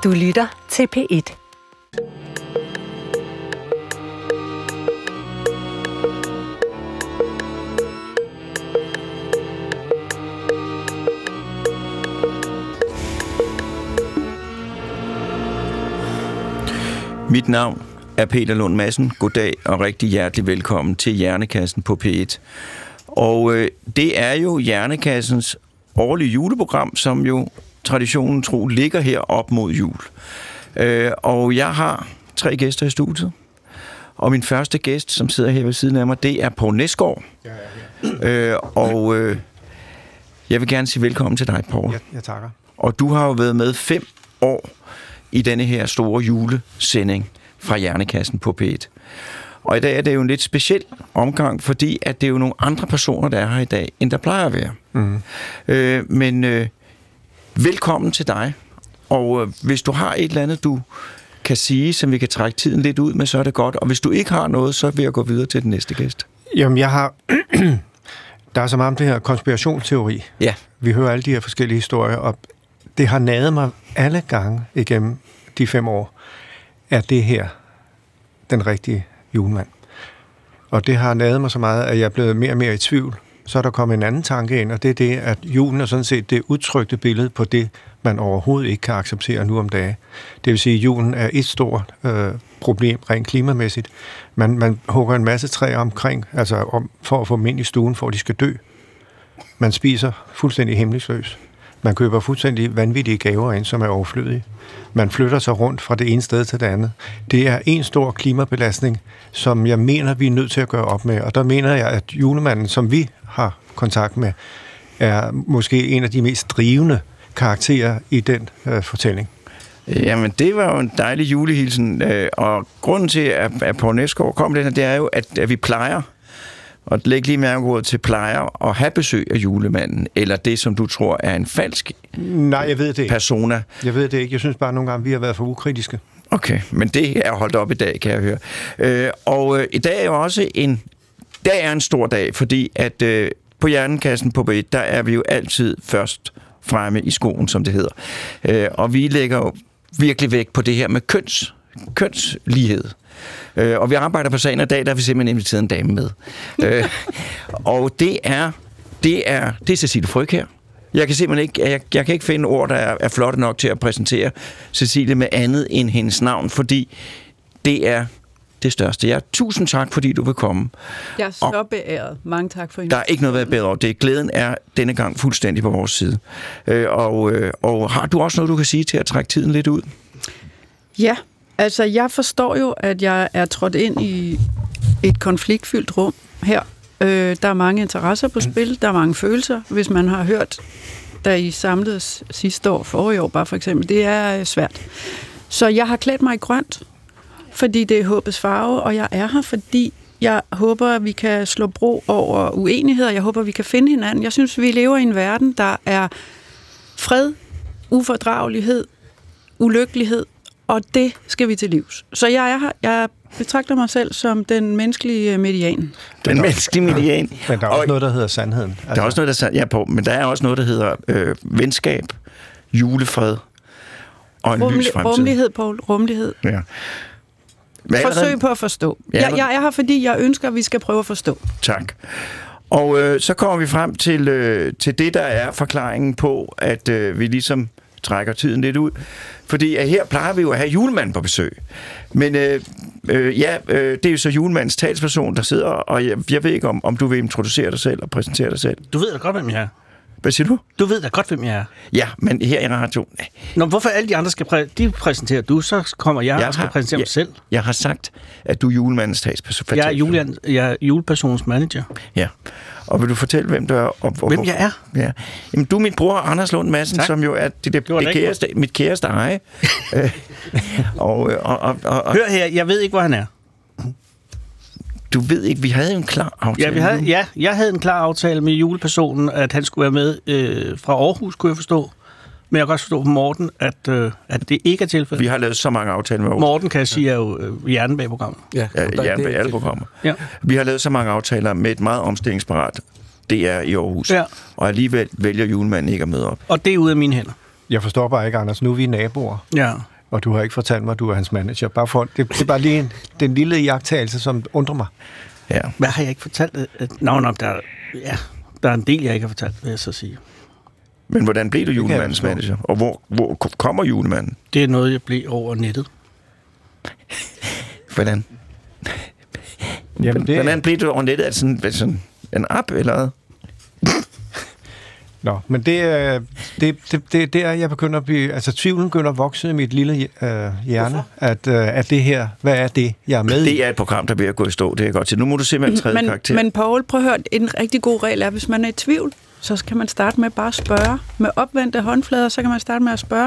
Du lytter til P1. Mit navn er Peter Lund Madsen. Goddag og rigtig hjertelig velkommen til Hjernekassen på P1. Og det er jo Hjernekassens årlige juleprogram, som jo traditionen tro ligger her op mod jul. Og jeg har 3 gæster i studiet. Og min første gæst, som sidder her ved siden af mig, det er Poul Næsgaard. Og jeg vil gerne sige velkommen til dig, Poul. Ja, takker. Og du har jo været med 5 år i denne her store julesending fra Hjernekassen på P1. Og i dag er det jo en lidt speciel omgang, fordi at det er jo nogle andre personer, der er her i dag, end der plejer at være. Mm-hmm. Men velkommen til dig. Og hvis du har et eller andet, du kan sige, som vi kan trække tiden lidt ud med, så er det godt. Og hvis du ikke har noget, så vil jeg gå videre til den næste gæst. Jamen, jeg har... Der er så meget om det her konspirationsteori. Ja. Vi hører alle de her forskellige historier, og det har naget mig alle gange igennem de 5 år, at det her den rigtige julemand. Og det har naget mig så meget, at jeg er blevet mere og mere i tvivl. Så er der kommet en anden tanke ind, og det er det, at julen er sådan set det udtrykte billede på det, man overhovedet ikke kan acceptere nu om dagen. Det vil sige, at julen er et stort problem rent klimamæssigt. Man hugger en masse træer omkring, altså for at få dem ind i stuen, for at de skal dø. Man spiser fuldstændig hemmeligsløs. Man køber fuldstændig vanvittige gaver ind, som er overflødige. Man flytter sig rundt fra det ene sted til det andet. Det er en stor klimabelastning, som jeg mener, vi er nødt til at gøre op med. Og der mener jeg, at julemanden, som vi har kontakt med, er måske en af de mest drivende karakterer i den fortælling. Jamen, det var jo en dejlig julehilsen. Og grunden til, at Poul Næsgaard kom det her, det er jo, at vi plejer, og læg lige mærkeordet til plejer, at have besøg af julemanden, eller det, som du tror er en falsk jeg ved det ikke. Persona. Jeg ved det ikke. Jeg synes bare, at nogle gange, vi har været for ukritiske. Okay, men det er holdt op i dag, kan jeg høre. Og i dag er jo også en stor dag, fordi at på Hjernekassen på B1, der er vi jo altid først fremme i skoen, som det hedder. Og vi lægger jo virkelig vægt på det her med kønslighed. Og vi arbejder på sagen i dag, der har vi simpelthen inviteret en dame med. Og det er Cecilie Frøkjær her. Jeg kan simpelthen ikke, jeg kan ikke finde ord, der er flotte nok til at præsentere Cecilie med andet end hendes navn, fordi det er det største. Tusind tak, fordi du vil komme. Jeg er så beæret. Mange tak for invitationen. Der er ikke noget at være bedre over. Glæden er denne gang fuldstændig på vores side. Og har du også noget, du kan sige til at trække tiden lidt ud? Ja, altså jeg forstår jo, at jeg er trådt ind i et konfliktfyldt rum her. Der er mange interesser på spil, der er mange følelser. Hvis man har hørt, da I samledes sidste år, forrige år bare for eksempel, det er svært. Så jeg har klædt mig i grønt, fordi det er håbets farve, og jeg er her, fordi jeg håber, at vi kan slå bro over uenigheder. Jeg håber, vi kan finde hinanden. Jeg synes, vi lever i en verden, der er fred, ufordragelighed, ulykkelighed, og det skal vi til livs. Så jeg er her. Jeg betragter mig selv som den menneskelige median. Den menneskelige median. Men der er også noget, der hedder sandheden. Altså. Der er også noget, der ja, på, men der er også noget, der hedder venskab, julefred og en lys fremtid. Rummelighed, Poul. Rummelighed. Ja. Forsøg på at forstå. Jeg er her, fordi jeg ønsker, at vi skal prøve at forstå. Tak. Og så kommer vi frem til det, der er forklaringen på, at vi ligesom trækker tiden lidt ud. Fordi her plejer vi jo at have julemanden på besøg. Men det er jo så julemandens talsperson, der sidder, og jeg ved ikke, om du vil introducere dig selv og præsentere dig selv. Du ved da godt, hvem jeg er. Hvad siger du? Du ved da godt, hvem jeg er. Ja, men her i radio... Nå, hvorfor alle de andre skal de præsentere du, så kommer jeg og skal præsentere mig selv. Jeg har sagt, at du er julemandens talsperson. Jeg er julepersonens manager. Ja. Og vil du fortælle, hvem du er? Hvem jeg er? Ja. Jamen, du er min bror, Anders Lund Madsen, som jo er mit kæreste eje. Hør her, jeg ved ikke, hvor han er. Du ved ikke, vi havde jo en klar aftale. Jeg havde en klar aftale med julepersonen, at han skulle være med fra Aarhus, kunne jeg forstå. Men jeg kan også forstå på Morten, at det ikke er tilfældet. Vi har lavet så mange aftaler med Aarhus. Morten, kan jeg sige, er jo hjernen bag programmet. Ja, hjernen bag alle programmer. Ja. Vi har lavet så mange aftaler med et meget omstillingsparat DR i Aarhus. Ja. Og alligevel vælger julemanden ikke at møde op. Og det er ude af mine hænder. Jeg forstår bare ikke, Anders. Nu er vi naboer. Ja. Og du har ikke fortalt mig, at du er hans manager. Bare for, det er bare lige den lille iagttagelse, som undrer mig. Ja. Hvad har jeg ikke fortalt? Der er en del, jeg ikke har fortalt, vil jeg så sige. Men hvordan blev du julemandens manager? Og hvor kommer julemanden? Det er noget, jeg blev over nettet. Hvordan? Jamen, Hvordan blev du over nettet? Er det sådan en app, eller hvad? Nå, men det er der, jeg begynder at blive... Altså, tvivlen begynder at vokse i mit lille hjerne, at det her, hvad er det, jeg er med i? Det er et program, der bliver at gå i stå, det er jeg godt til. Nu må du simpelthen træde karakter. Men Poul, prøv at høre, en rigtig god regel er, hvis man er i tvivl, så kan man starte med bare at spørge. Med opvendte håndflader, så kan man starte med at spørge.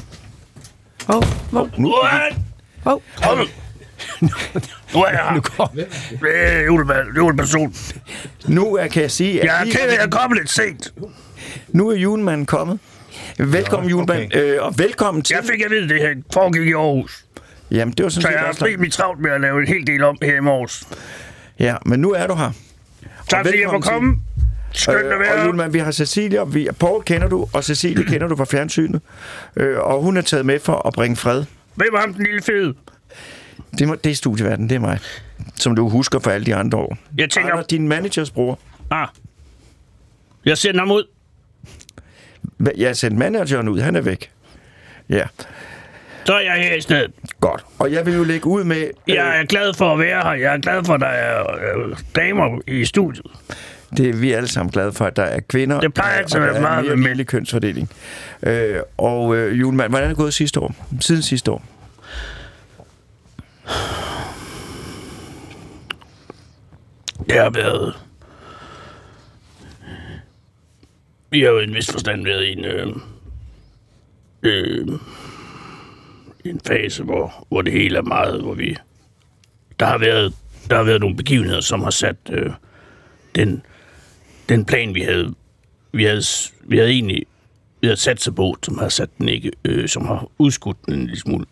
Nu er jeg juleperson. Kan jeg sige... Jeg er kommet lidt sent. Nu er julemanden kommet. Velkommen, julemand. Okay. Og velkommen til... Jeg fik at vide, det her foregik i Aarhus. Jamen, det var sådan så jeg har fri mit travlt med at lave en hel del om her i Aarhus. Ja, men nu er du her. Tak fordi jeg må komme. Skønt at være. Og julemand, vi har Cecilia, Poul kender du, og Cecilia kender du fra fjernsynet. Og hun er taget med for at bringe fred. Hvem var ham, den lille fede? Det er studieverden, det er mig. Som du husker for alle de andre år. Jeg tænker... Arne, din managers bror. Jeg sender ham ud. Jeg har sendt manageren ud, han er væk. Ja. Så er jeg her i stedet. Godt. Og jeg vil jo lægge ud med... Jeg er glad for at være her. Jeg er glad for, at der er damer i studiet. Det er vi alle sammen glade for, at der er kvinder. Det plejer altid at være meget med mere kønsfordeling. Julemand, hvordan er det gået sidste år? Siden sidste år? Det har været... Vi har jo i en vis forstand været i en fase, hvor det hele er meget, hvor vi... Der har været nogle begivenheder, som har sat den plan, vi havde egentlig sat sig på, som har sat den ikke, som har udskudt den en lille smule.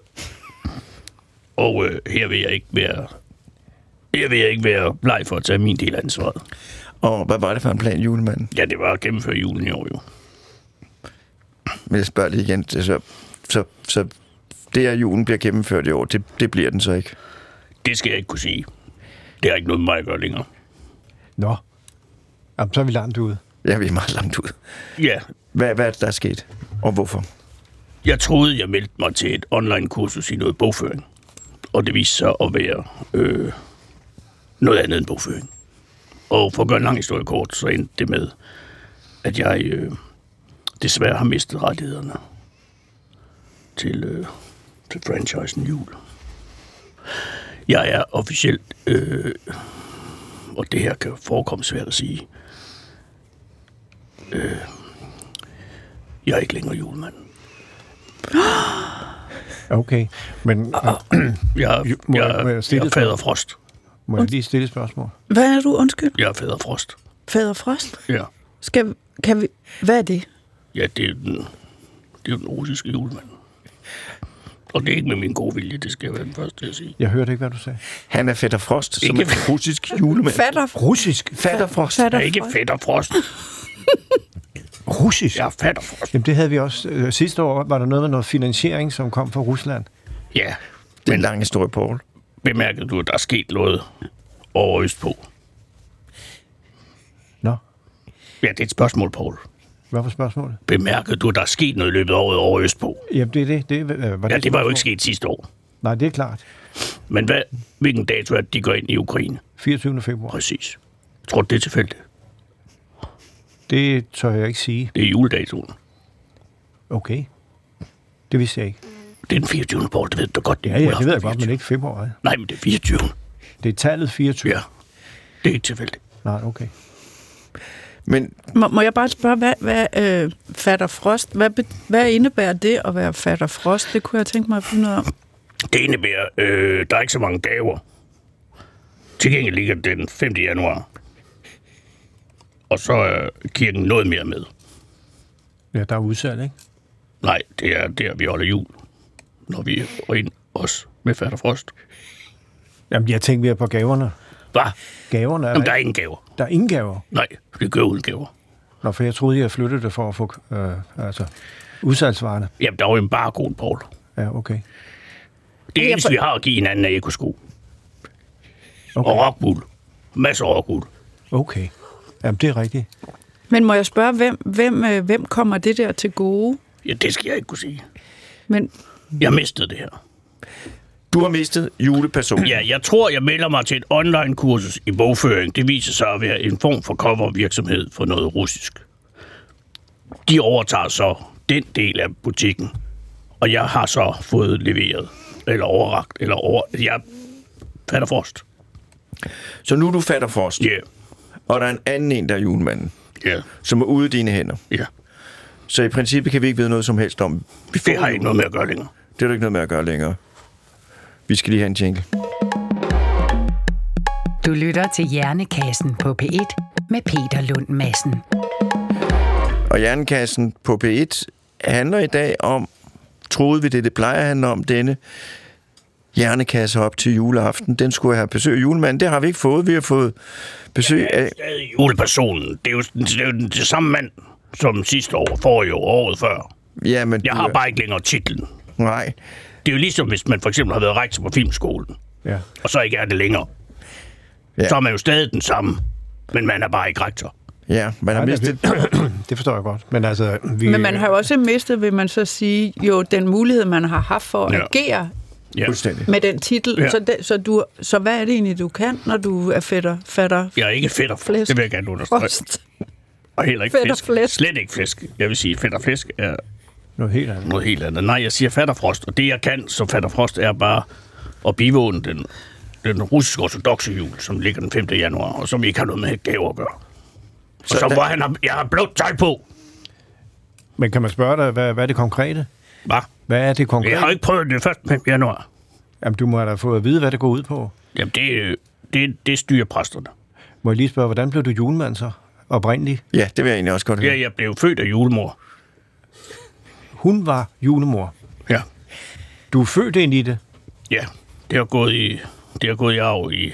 Og her vil jeg ikke være bleg for at tage min del af ansvaret. Og hvad var det for en plan, julemanden? Ja, det var at gennemføre julen i år, jo. Men jeg spørger lige igen, så det, at julen bliver gennemført i år, det bliver den så ikke? Det skal jeg ikke kunne sige. Det har ikke noget med mig at gøre længere. Nå. Jamen, så er vi langt ude. Ja, vi er meget langt ude. Ja. Hvad er det, der er sket? Og hvorfor? Jeg troede, jeg meldte mig til et online-kursus i noget bogføring. Og det viste sig at være noget andet end bogføring. Og for at gøre en lang historie kort, så endte det med, at jeg desværre har mistet rettighederne til franchisen Jul. Jeg er officielt, og det her kan forekomme svært at sige, jeg er ikke længere julemanden. Okay, men... Jeg er Fader Frost. Må jeg lige stille et spørgsmål? Hvad er du? Undskyld. Jeg er Fader Frost. Fader Frost? Ja. Hvad er det? Ja, det er jo den russiske julemand. Og det er ikke med min gode vilje, det skal jeg være den første til at sige. Jeg hørte ikke, hvad du sagde. Han er Fætter Frost, som er russisk julemand. Russisk? Fatter Frost. Jeg er ikke Fætter Frost. Russisk? Jeg er Fatter Frost. Jamen, det havde vi også. Sidste år var der noget med noget finansiering, som kom fra Rusland. Ja. Det er en lang historie, Poul. Bemærkede du, at der er sket noget over østpå? Nå. Ja, det er et spørgsmål, Poul. Hvad var spørgsmålet? Bemærkede du, at der er sket noget i løbet af året over østpå? Jamen, det var jo ikke sket sidste år. Nej, det er klart. Men hvilken dato er det, de går ind i Ukraine? 24. februar. Præcis. Tror du, det er tilfældigt? Det tør jeg ikke sige. Det er juledatoen. Okay. Det vidste jeg ikke. Det er den 24. Poul, det ved du godt. Ja, det ved jeg godt, men ikke februar. Nej, men det er 24. Det er tallet 24? Ja, det er ikke tilfældigt. Nej, okay. Men må jeg bare spørge, hvad Fatter Frost, hvad indebærer det at være Fatter Frost? Det kunne jeg tænke mig at finde noget om. Det indebærer, der er ikke så mange gaver. Til gengæld ligger den 5. januar. Og så er kirken noget mere med. Ja, der er udsalg, ikke? Nej, det er der, vi holder jul. Når vi er ind os med Fatter Frost. Jamen, jeg tænker mere på gaverne. Hvad? Gaverne er Jamen, der er ingen gaver. Der er ingen gaver? Nej, det gør uden gaver. Nå, for jeg troede, jeg flyttede det for at få udsalgsvarerne. Jamen, der er jo en barkode, Poul. Ja, okay. Det eneste, vi har at give hinanden, er ekosko. Okay. Og rockwool. Masser af rockwool. Okay. Jamen, det er rigtigt. Men må jeg spørge, hvem kommer det der til gode? Ja, det skal jeg ikke kunne sige. Men Jeg mistede det her. Du har mistet juleperson. Ja, jeg tror, jeg melder mig til et online-kursus i bogføring. Det viser sig at være en form for covervirksomhed for noget russisk. De overtager så den del af butikken, og jeg har så fået leveret, eller overrakt, jeg fatter forrest. Så nu er du fatter forst. Ja, Og der er en anden en, der er julemanden, ja, som er ude i dine hænder. ja. Så i princippet kan vi ikke vide noget som helst om. Det har ikke noget med at gøre længere. Det er der ikke noget med at gøre længere. Vi skal lige have en jingle. Du lytter til Hjernekassen på P1 med Peter Lund Madsen. Og Hjernekassen på P1 handler i dag om, troede vi det plejer at handle om, denne hjernekasse op til juleaften. Den skulle have besøg af julemanden. Det har vi ikke fået. Vi har fået besøg af... Julepersonen, det er jo det samme mand som sidste år, forrige år, året før. Ja, men Jeg har bare ikke længere titlen. Nej. Det er jo ligesom, hvis man for eksempel har været rektor på filmskolen, Ja. og så ikke er det længere. Ja. Så er man jo stadig den samme, men man er bare ikke rektor. Ja, man har mistet... Det forstår jeg godt. Men altså, Men man har jo også mistet, vil man så sige, jo den mulighed, man har haft for at agere Ja. Fuldstændig. med den titel. Ja. Så hvad er det egentlig, du kan, når du er fatter? Jeg er ikke fedt og Flæsk. det vil jeg gerne understrege. Frost. Og heller ikke Fedt og flæsk. flæsk. Slet ikke flæsk. Jeg vil sige, fedt og flæsk er noget helt andet. noget helt andet. Nej, jeg siger fatter frost, og det jeg kan som fatter frost er bare at bivåne den russiske ortodoxe jul, som ligger den 5. januar, og som ikke har noget med gaver at gøre. Og så hvor jeg har blødt tøj på. Men kan man spørge dig, hvad er det konkrete? Hvad? Hvad er det konkrete? Jeg har ikke prøvet det først 5. januar. Jamen, du må have da fået at vide, hvad det går ud på. Jamen, det styrer præsterne. Må jeg lige spørge, hvordan blev du julemand så? Oprindeligt? Ja, det vil jeg egentlig også godt høre. Ja, jeg blev født af julemor. Hun var julemor. Ja. Du er født ind i det. Ja, det har gået i arv i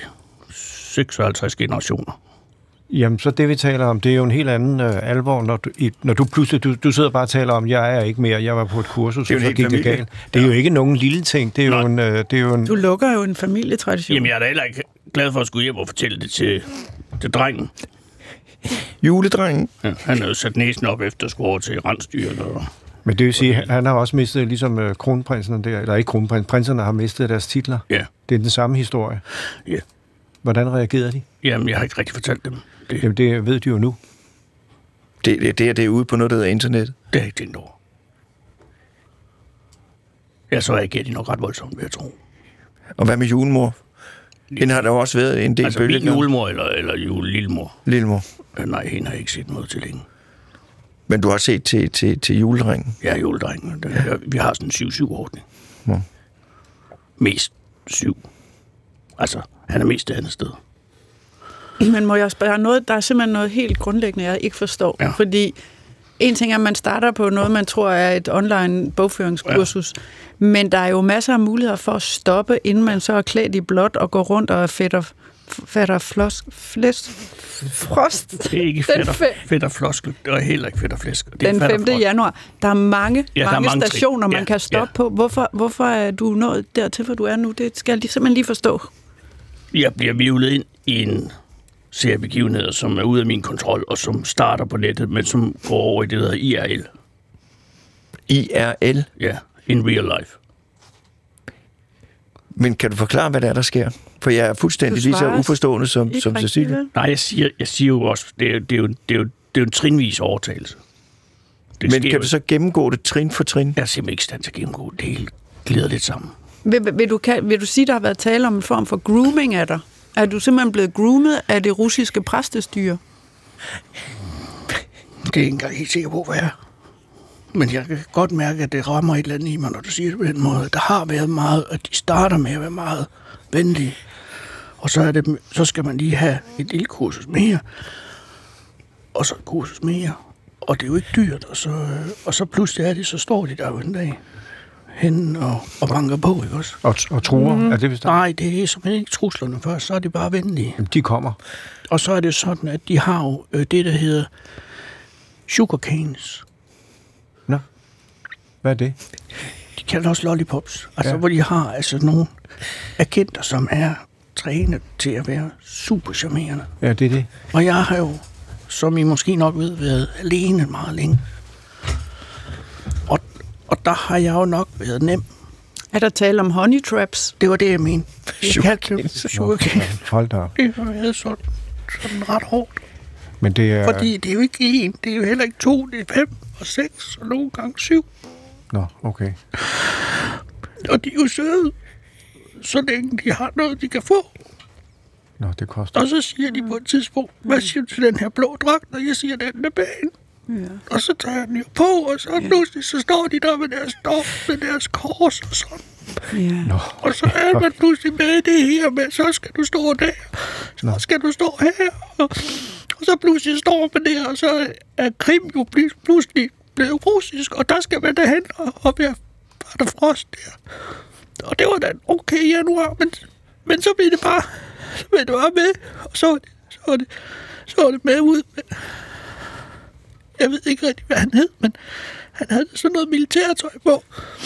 56 generationer. Jamen, så det vi taler om, det er jo en helt anden alvor, når du pludselig, du sidder bare og taler om, jeg er ikke mere, jeg var på et kursus, Det er jo og så en gik hel det galt. Det er jo ikke nogen lille ting, det er jo en... Du lukker jo en familietradition. Jamen, jeg er da heller ikke glad for at skulle hjem og fortælle det til drengen. Juledrengen. Ja, han har jo sat næsen op efter at skulle over til rensdyret. Og... Men det vil sige, han har også mistet, ligesom kronprinserne der, eller ikke prinserne har mistet deres titler. Ja. Det er den samme historie. Ja. Hvordan reagerede de? Jamen, jeg har ikke rigtig fortalt dem. Jamen, det ved de jo nu. Det er ude på noget, der hedder internet. Det har jeg ikke tænkt over. Ja, så reagerer de nok ret voldsomt, vil jeg tro. Og hvad med julemor? Den har der jo også været en del Altså bølger. min julemor eller lillemor? Lillemor. Nej, hende har jeg ikke set noget til længe. Men du har set til juledrengen. Jeg er juledrengen. Vi har sådan en 7-7-ordning. Ja. Mest 7. Altså, han er mest det andet sted. Men må jeg spørge, der er simpelthen noget helt grundlæggende, jeg ikke forstår. Ja. Fordi en ting er, at man starter på noget, man tror er et online bogføringskursus, men der er jo masser af muligheder for at stoppe, inden man så er klædt i blåt og går rundt og fatter frost. Det er ikke fedt og floskel. Det er heller ikke fedt og flæsk. Det er Den 5. januar. Der er mange stationer, man kan stoppe på. Hvorfor er du nået dertil, hvor du er nu? Det skal jeg simpelthen lige forstå. Jeg bliver hvirvlet ind i en serie begivenheder, som er ude af min kontrol, og som starter på nettet, men som går over i det, der hedder IRL. IRL? Ja, in real life. Men kan du forklare, hvad der sker? For jeg er fuldstændig lige så uforstående som Cecilie. Nej, jeg siger jo også, det er jo en trinvis overtagelse. Men kan du så gennemgå det trin for trin? Jeg er simpelthen ikke i stand til at gennemgå det. Det hele glider lidt sammen. Vil du sige, der har været tale om en form for grooming af dig? Er du simpelthen blevet groomet af det russiske præstestyre? Det er jeg ikke engang helt sikker på, hvad jeg er. Men jeg kan godt mærke, at det rammer et eller andet i mig, når du siger det på den måde. Der har været meget, at de starter med at være meget venlige. Og så skal man lige have et lille kursus mere. Og så et kursus mere. Og det er jo ikke dyrt. Og så pludselig er det, så står de der jo en dag hen og banker på, ikke også? Og truer? Er det vist? Nej, det er simpelthen ikke truslerne først. Så er de bare venlige. Jamen, de kommer. Og så er det sådan, at de har jo det, der hedder sugar canes. Nå, hvad er det? De kalder også lollipops. Altså, hvor de har altså nogle agenter, som er trænet til at være super charmerende. Ja, det er det. Og jeg har jo, som I måske nok ved, været alene meget længe. Og der har jeg jo nok været nem. Er der tale om honey traps? Det var det, jeg mente. Jeg kaldte det sugarcane. Hold da op. Det har været sådan ret hårdt. Men det er... Fordi det er jo ikke 1, det er jo heller ikke 2, det er 5 og 6 og nogle gange 7. Nå, okay. Og de er jo søde, så længe de har noget, de kan få. Nå, det koster. Og så siger de på et tidspunkt, hvad siger du til den her blå dragt? Og jeg siger, den er pæn. Ja. Og så tager jeg den jo på, og så pludselig så står de der med deres kors og sådan. Ja. Nå. Og så er man pludselig med det her med, så skal du stå der, så skal du stå her. Og så pludselig står man der, og så er Krim jo pludselig blevet russisk, og der skal man derhen og være der frost der. Og det var da okay januar, men så blev det bare med, og så var det med ud. Jeg ved ikke rigtig, hvad han hed, men han havde sådan noget militærtøj på.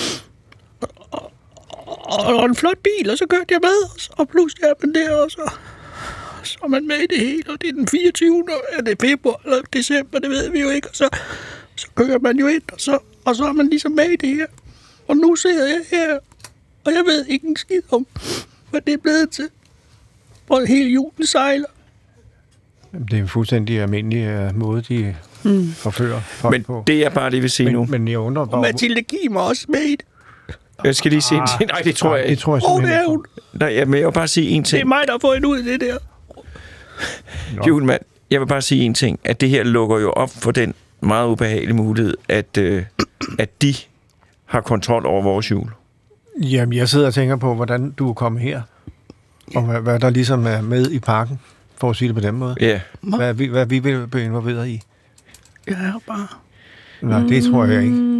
Og en flot bil, og så kørte jeg med, og pludselig er man der, og så er man med i det hele, og det er den 24. Er det februar eller december, det ved vi jo ikke, og så kører man jo ind, og så er man ligesom med i det her. Og nu sidder jeg her, og jeg ved ikke en skid om, hvad det er blevet til, hvor hele julen sejler. Det er en fuldstændig almindelig måde, de forfører folk Men på. det jeg bare lige vil sige nu... Men jeg undrer bare... Og Mathilde Kim er også med i det. Jeg skal lige sige en ting. Nej, det tror jeg Det ikke. tror jeg Åh, simpelthen det er ikke. hun. Nej, men jeg vil bare sige en Det er ting. mig, der har fået ud i det der. Julemand, jeg vil bare sige en ting. At det her lukker jo op for den meget ubehagelige mulighed, at de har kontrol over vores jul. Jamen, jeg sidder og tænker på, hvordan du er kommet her. Og hvad der ligesom er med i pakken, for at sige det på den måde. Ja. Hvad vi vil blive involveret i. Jeg er bare... Nej, det tror jeg ikke.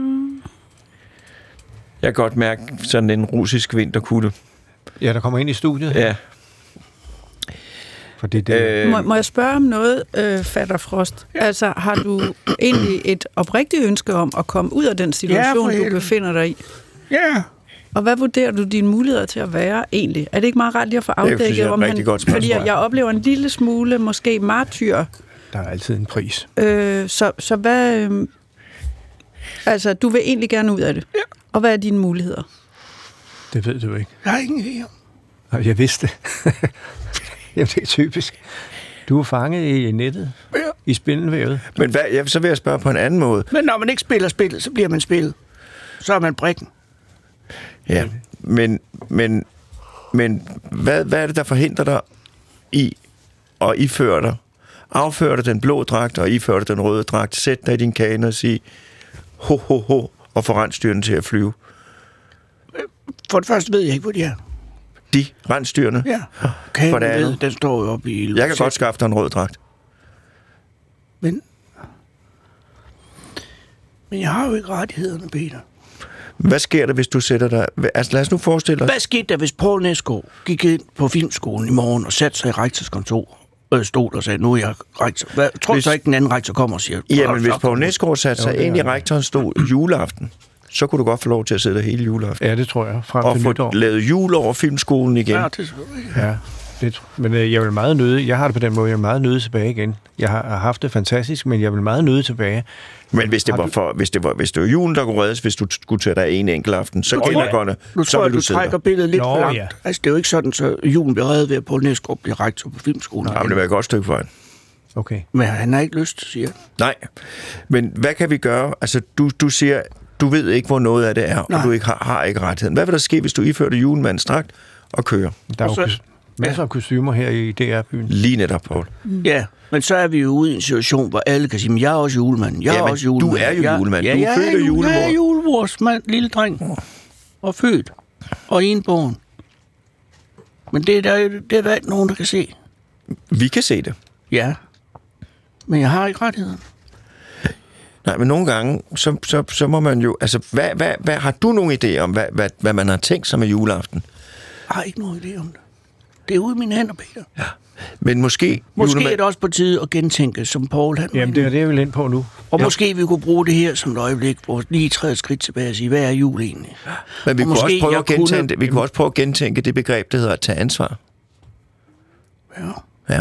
Jeg kan godt mærke sådan en russisk vinterkulde. Ja, der kommer ind i studiet. Ja. For det. Må jeg spørge om noget, Fatter Frost? Ja. Altså, har du egentlig et oprigtigt ønske om at komme ud af den situation, du befinder dig i? Ja. Og hvad vurderer du dine muligheder til at være egentlig? Er det ikke meget rart lige at få afdækket, om han... Fordi jeg oplever en lille smule, måske martyr. Der er altid en pris. Så hvad... altså, du vil egentlig gerne ud af det. Ja. Og hvad er dine muligheder? Det ved du ikke. Jeg har ingen idé om. Jeg vidste det. Jamen, det er typisk. Du er fanget i nettet. Ja. I spindelvævet. Men så vil jeg spørge på en anden måde. Men når man ikke spiller spillet, så bliver man spillet. Så er man brikken. Ja, men hvad er det, der forhindrer dig i at iføre dig? Afføre dig den blå dragt og iføre dig den røde dragt. Sæt dig i din kane og sige ho, ho, ho, og få rensdyrene til at flyve. For det første ved jeg ikke, hvor de er. De rensdyrene? Ja. For det andet? Den står jo oppe i... Jeg kan godt skaffe dig en rød dragt. Men jeg har jo ikke rettighederne, Peter. Hvad sker der, hvis du sætter dig... Altså, lad os nu forestille dig... Hvad skete der, hvis Poul Nesgaard gik ind på filmskolen i morgen og satte sig i rektors kontor og stod og sagde, nu er jeg rektor. Tror du så ikke, den anden rektor kommer og siger... Jamen, hvis Poul Nesgaard satte sig ind i rektorens stol juleaften, så kunne du godt få lov til at sidde der hele juleaften. Ja, det tror jeg. Frem og til nytår. få lavet jul over filmskolen igen. Ja, det Ja, men jeg vil meget nødig... Jeg har det på den måde, jeg vil meget nødig tilbage igen. Jeg har haft det fantastisk, men jeg vil meget nødig tilbage. Men hvis det var julen, der kunne reddes, hvis du skulle tage dig en enkelt aften, så gennemgående, så vil du sidde trækker der. billedet lidt for langt. Ja. Altså, det er jo ikke sådan, så julen bliver reddet ved, at Poul Nesgaard bliver rektor på filmskolen. Jamen, det var et godt stykke for. Okay. Men han har ikke lyst, siger han. Nej, men hvad kan vi gøre? Altså, du siger, du ved ikke, hvor noget af det er, og du ikke har ikke rettigheden. Hvad vil der ske, hvis du iførte julemandens dragt og kører? Der er jo masser af kostymer her i DR-byen. Lige netop, Poul. Ja, men så er vi jo ude i en situation, hvor alle kan sige, men jeg er også julemand. Jeg er også julemand. Du er jo julemand. Ja, Du er født af julemor. Jeg er julemors mand, lille dreng. Og født. Og enborn. Men det er der ikke nogen, der kan se. Vi kan se det. Ja. Men jeg har ikke rettigheden. Nej, men nogle gange, så må man jo... Altså, hvad har du nogen idé om, hvad man har tænkt sig med juleaften? Jeg har ikke nogen idé om det. Det er ude i mine hænder, Peter. Ja. Men måske Måske er det også på tide at gentænke, som Paul han. Jamen, det er det, jeg vil ind på nu. Og måske vi kunne bruge det her som et øjeblik, hvor lige træde et skridt tilbage og sige, hvad er jul egentlig? Men vi kunne også prøve at gentænke det. Vi kunne også prøve at gentænke det begreb, der hedder at tage ansvar. Ja.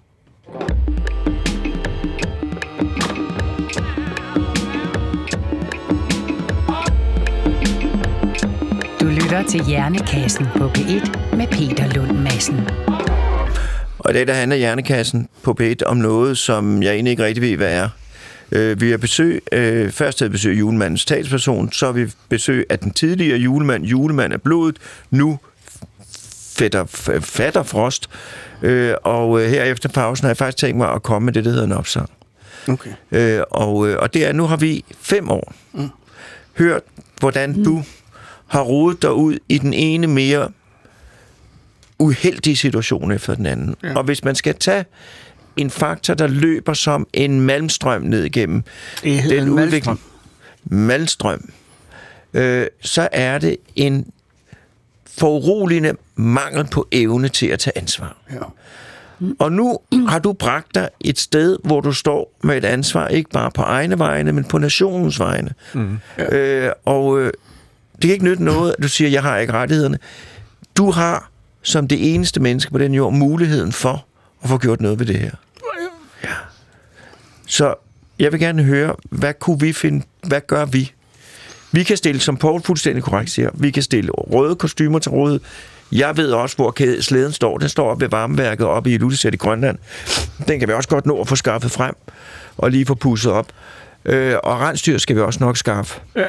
Du lytter til Hjernekassen på P1 med Peter Lund Madsen. Og i dag der handler Hjernekassen på P1 om noget, som jeg egentlig ikke rigtig ved, hvad er. Vi har besøg, først havde vi besøg af julemandens talsperson, så har vi besøg af den tidligere julemand. Julemand er blodet, nu fatter Frost. Og her efter pausen har jeg faktisk tænkt mig at komme med det, der hedder en opsang. Okay. Og det er, nu har vi 5 år hørt, hvordan du har rodet dig ud i den ene mere uheldige situation efter den anden. Ja. Og hvis man skal tage en faktor, der løber som en malmstrøm ned igennem den udvikling, malmstrøm, så er det en foruroligende mangel på evne til at tage ansvar. Ja. Og nu har du bragt dig et sted, hvor du står med et ansvar, ikke bare på egne vegne, men på nationens vegne. Ja. Det kan ikke nytte noget, at du siger, jeg har ikke rettighederne. Du har, som det eneste menneske på den jord, muligheden for at få gjort noget ved det her. Ja. Så jeg vil gerne høre, hvad gør vi? Vi kan stille, som Paul fuldstændig korrekt siger, vi kan stille røde kostymer til rådighed. Jeg ved også, hvor slæden står. Den står oppe ved varmeværket oppe i Ilulissat i Grønland. Den kan vi også godt nå at få skaffet frem og lige få pusset op. Og rensdyr skal vi også nok skaffe. Ja.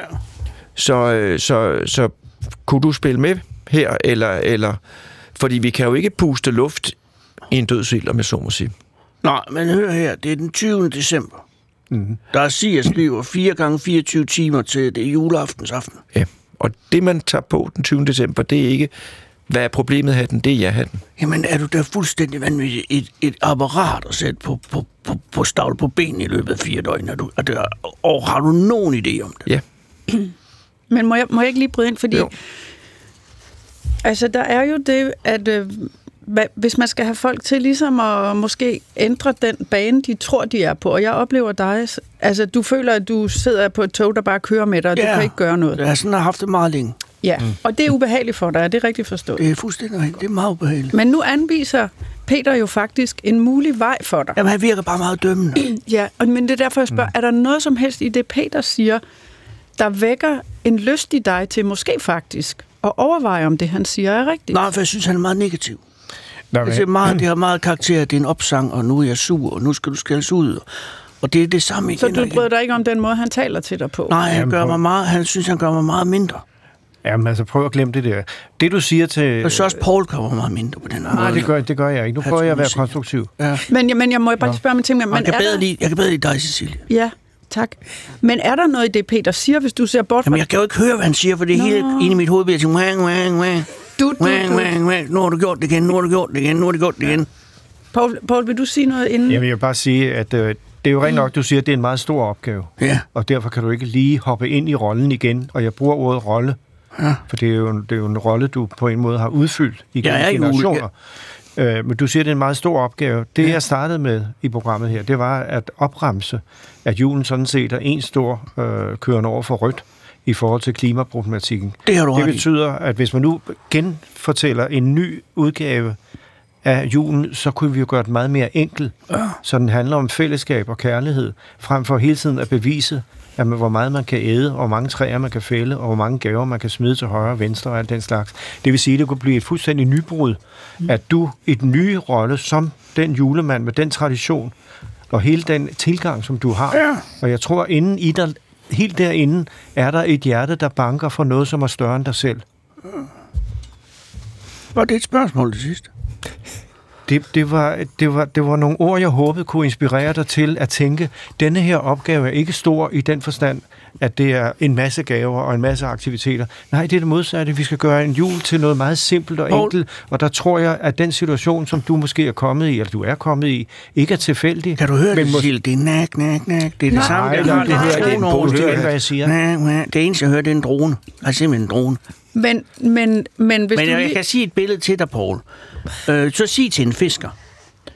Så kunne du spille med her, eller fordi vi kan jo ikke puste luft i en død sild, om jeg så må sige. Nej, men hør her, det er den 20. december. Mm-hmm. Der er Sias liv 4 gange 24 timer til det juleaftensaften. Ja, og det man tager på den 20. december, det er ikke, hvad er problemet hatten, det er ja-hatten. Jamen er du da fuldstændig vanvittigt et apparat at sætte på stavl på ben i løbet af 4 døgn, og har du nogen idé om det? Ja. Men må jeg ikke lige bryde ind, fordi altså der er jo det, at hvis man skal have folk til ligesom at måske ændre den bane, de tror, de er på, og jeg oplever dig, altså du føler, at du sidder på et tog, der bare kører med dig, og du kan ikke gøre noget. Ja, sådan har haft det meget længe. Ja, og det er ubehageligt for dig, er det rigtigt forstået? Det er fuldstændig rigtigt, det er meget ubehageligt. Men nu anviser Peter jo faktisk en mulig vej for dig. Jamen han virker bare meget dømmende. Ja, men det er derfor, jeg spørger, er der noget som helst i det, Peter siger, der vækker en lyst i dig til måske faktisk at overveje, om det han siger er rigtigt? Nej, for jeg synes, han er meget negativ. Det har meget karakter, det er en opsang, og nu er jeg sur, og nu skal du skældes ud. Og det er det samme igen. Så du bryder dig ikke om den måde, han taler til dig på? Nej, han synes, han gør mig meget mindre. Jamen altså, prøv at glemme det der. Det du siger til... Og så også Paul kommer meget mindre på den her måde. Nej, det gør jeg ikke. Nu prøver jeg at være konstruktiv. Ja. Men jeg må bare spørge mig ting. Jeg kan bedre lide dig, Cecilie. Ja, tak. Men er der noget i det, Peter siger, hvis du ser bort fra... Jamen, jeg kan jo ikke høre, hvad han siger, for det er helt inde i mit hoved, bliver nu har du gjort det igen. Paul, vil du sige noget inden? Jeg vil bare sige, at det er jo rent nok, du siger, at det er en meget stor opgave. Ja. Og derfor kan du ikke lige hoppe ind i rollen igen. Og jeg bruger ordet rolle, for det er jo en rolle, du på en måde har udfyldt i generationer. Men du siger, at det er en meget stor opgave. Det, jeg startede med i programmet her, det var at opremse, at julen sådan set er en stor kørende over for rødt i forhold til klimaproblematikken. Det betyder, at hvis man nu genfortæller en ny udgave af julen, så kunne vi jo gøre det meget mere enkelt. Så den handler om fællesskab og kærlighed, frem for hele tiden at bevise, at hvor meget man kan æde, og hvor mange træer man kan fælde, og hvor mange gaver man kan smide til højre og venstre og alt den slags. Det vil sige, at det kunne blive et fuldstændig nybrud, at du i den nye rolle som den julemand med den tradition, og hele den tilgang, som du har. Og jeg tror, inden i dig, helt derinde, er der et hjerte, der banker for noget, som er større end dig selv. Var det et spørgsmål det sidste? Det var nogle ord, jeg håbede kunne inspirere dig til at tænke, denne her opgave er ikke stor i den forstand, at det er en masse gaver og en masse aktiviteter. Nej, det er det modsatte. Vi skal gøre en jul til noget meget simpelt og enkelt, og der tror jeg, at den situation, som du måske er kommet i, eller du er kommet i, ikke er tilfældig. Kan du høre det, Cecilie? Det er nak. Det er det samme. Det er en positiv, hvad jeg siger. Det eneste, jeg hører, det er en drone. Jeg er simpelthen en drone. Men hvis jeg kan sige et billede til dig, Paul. Så sig til en fisker,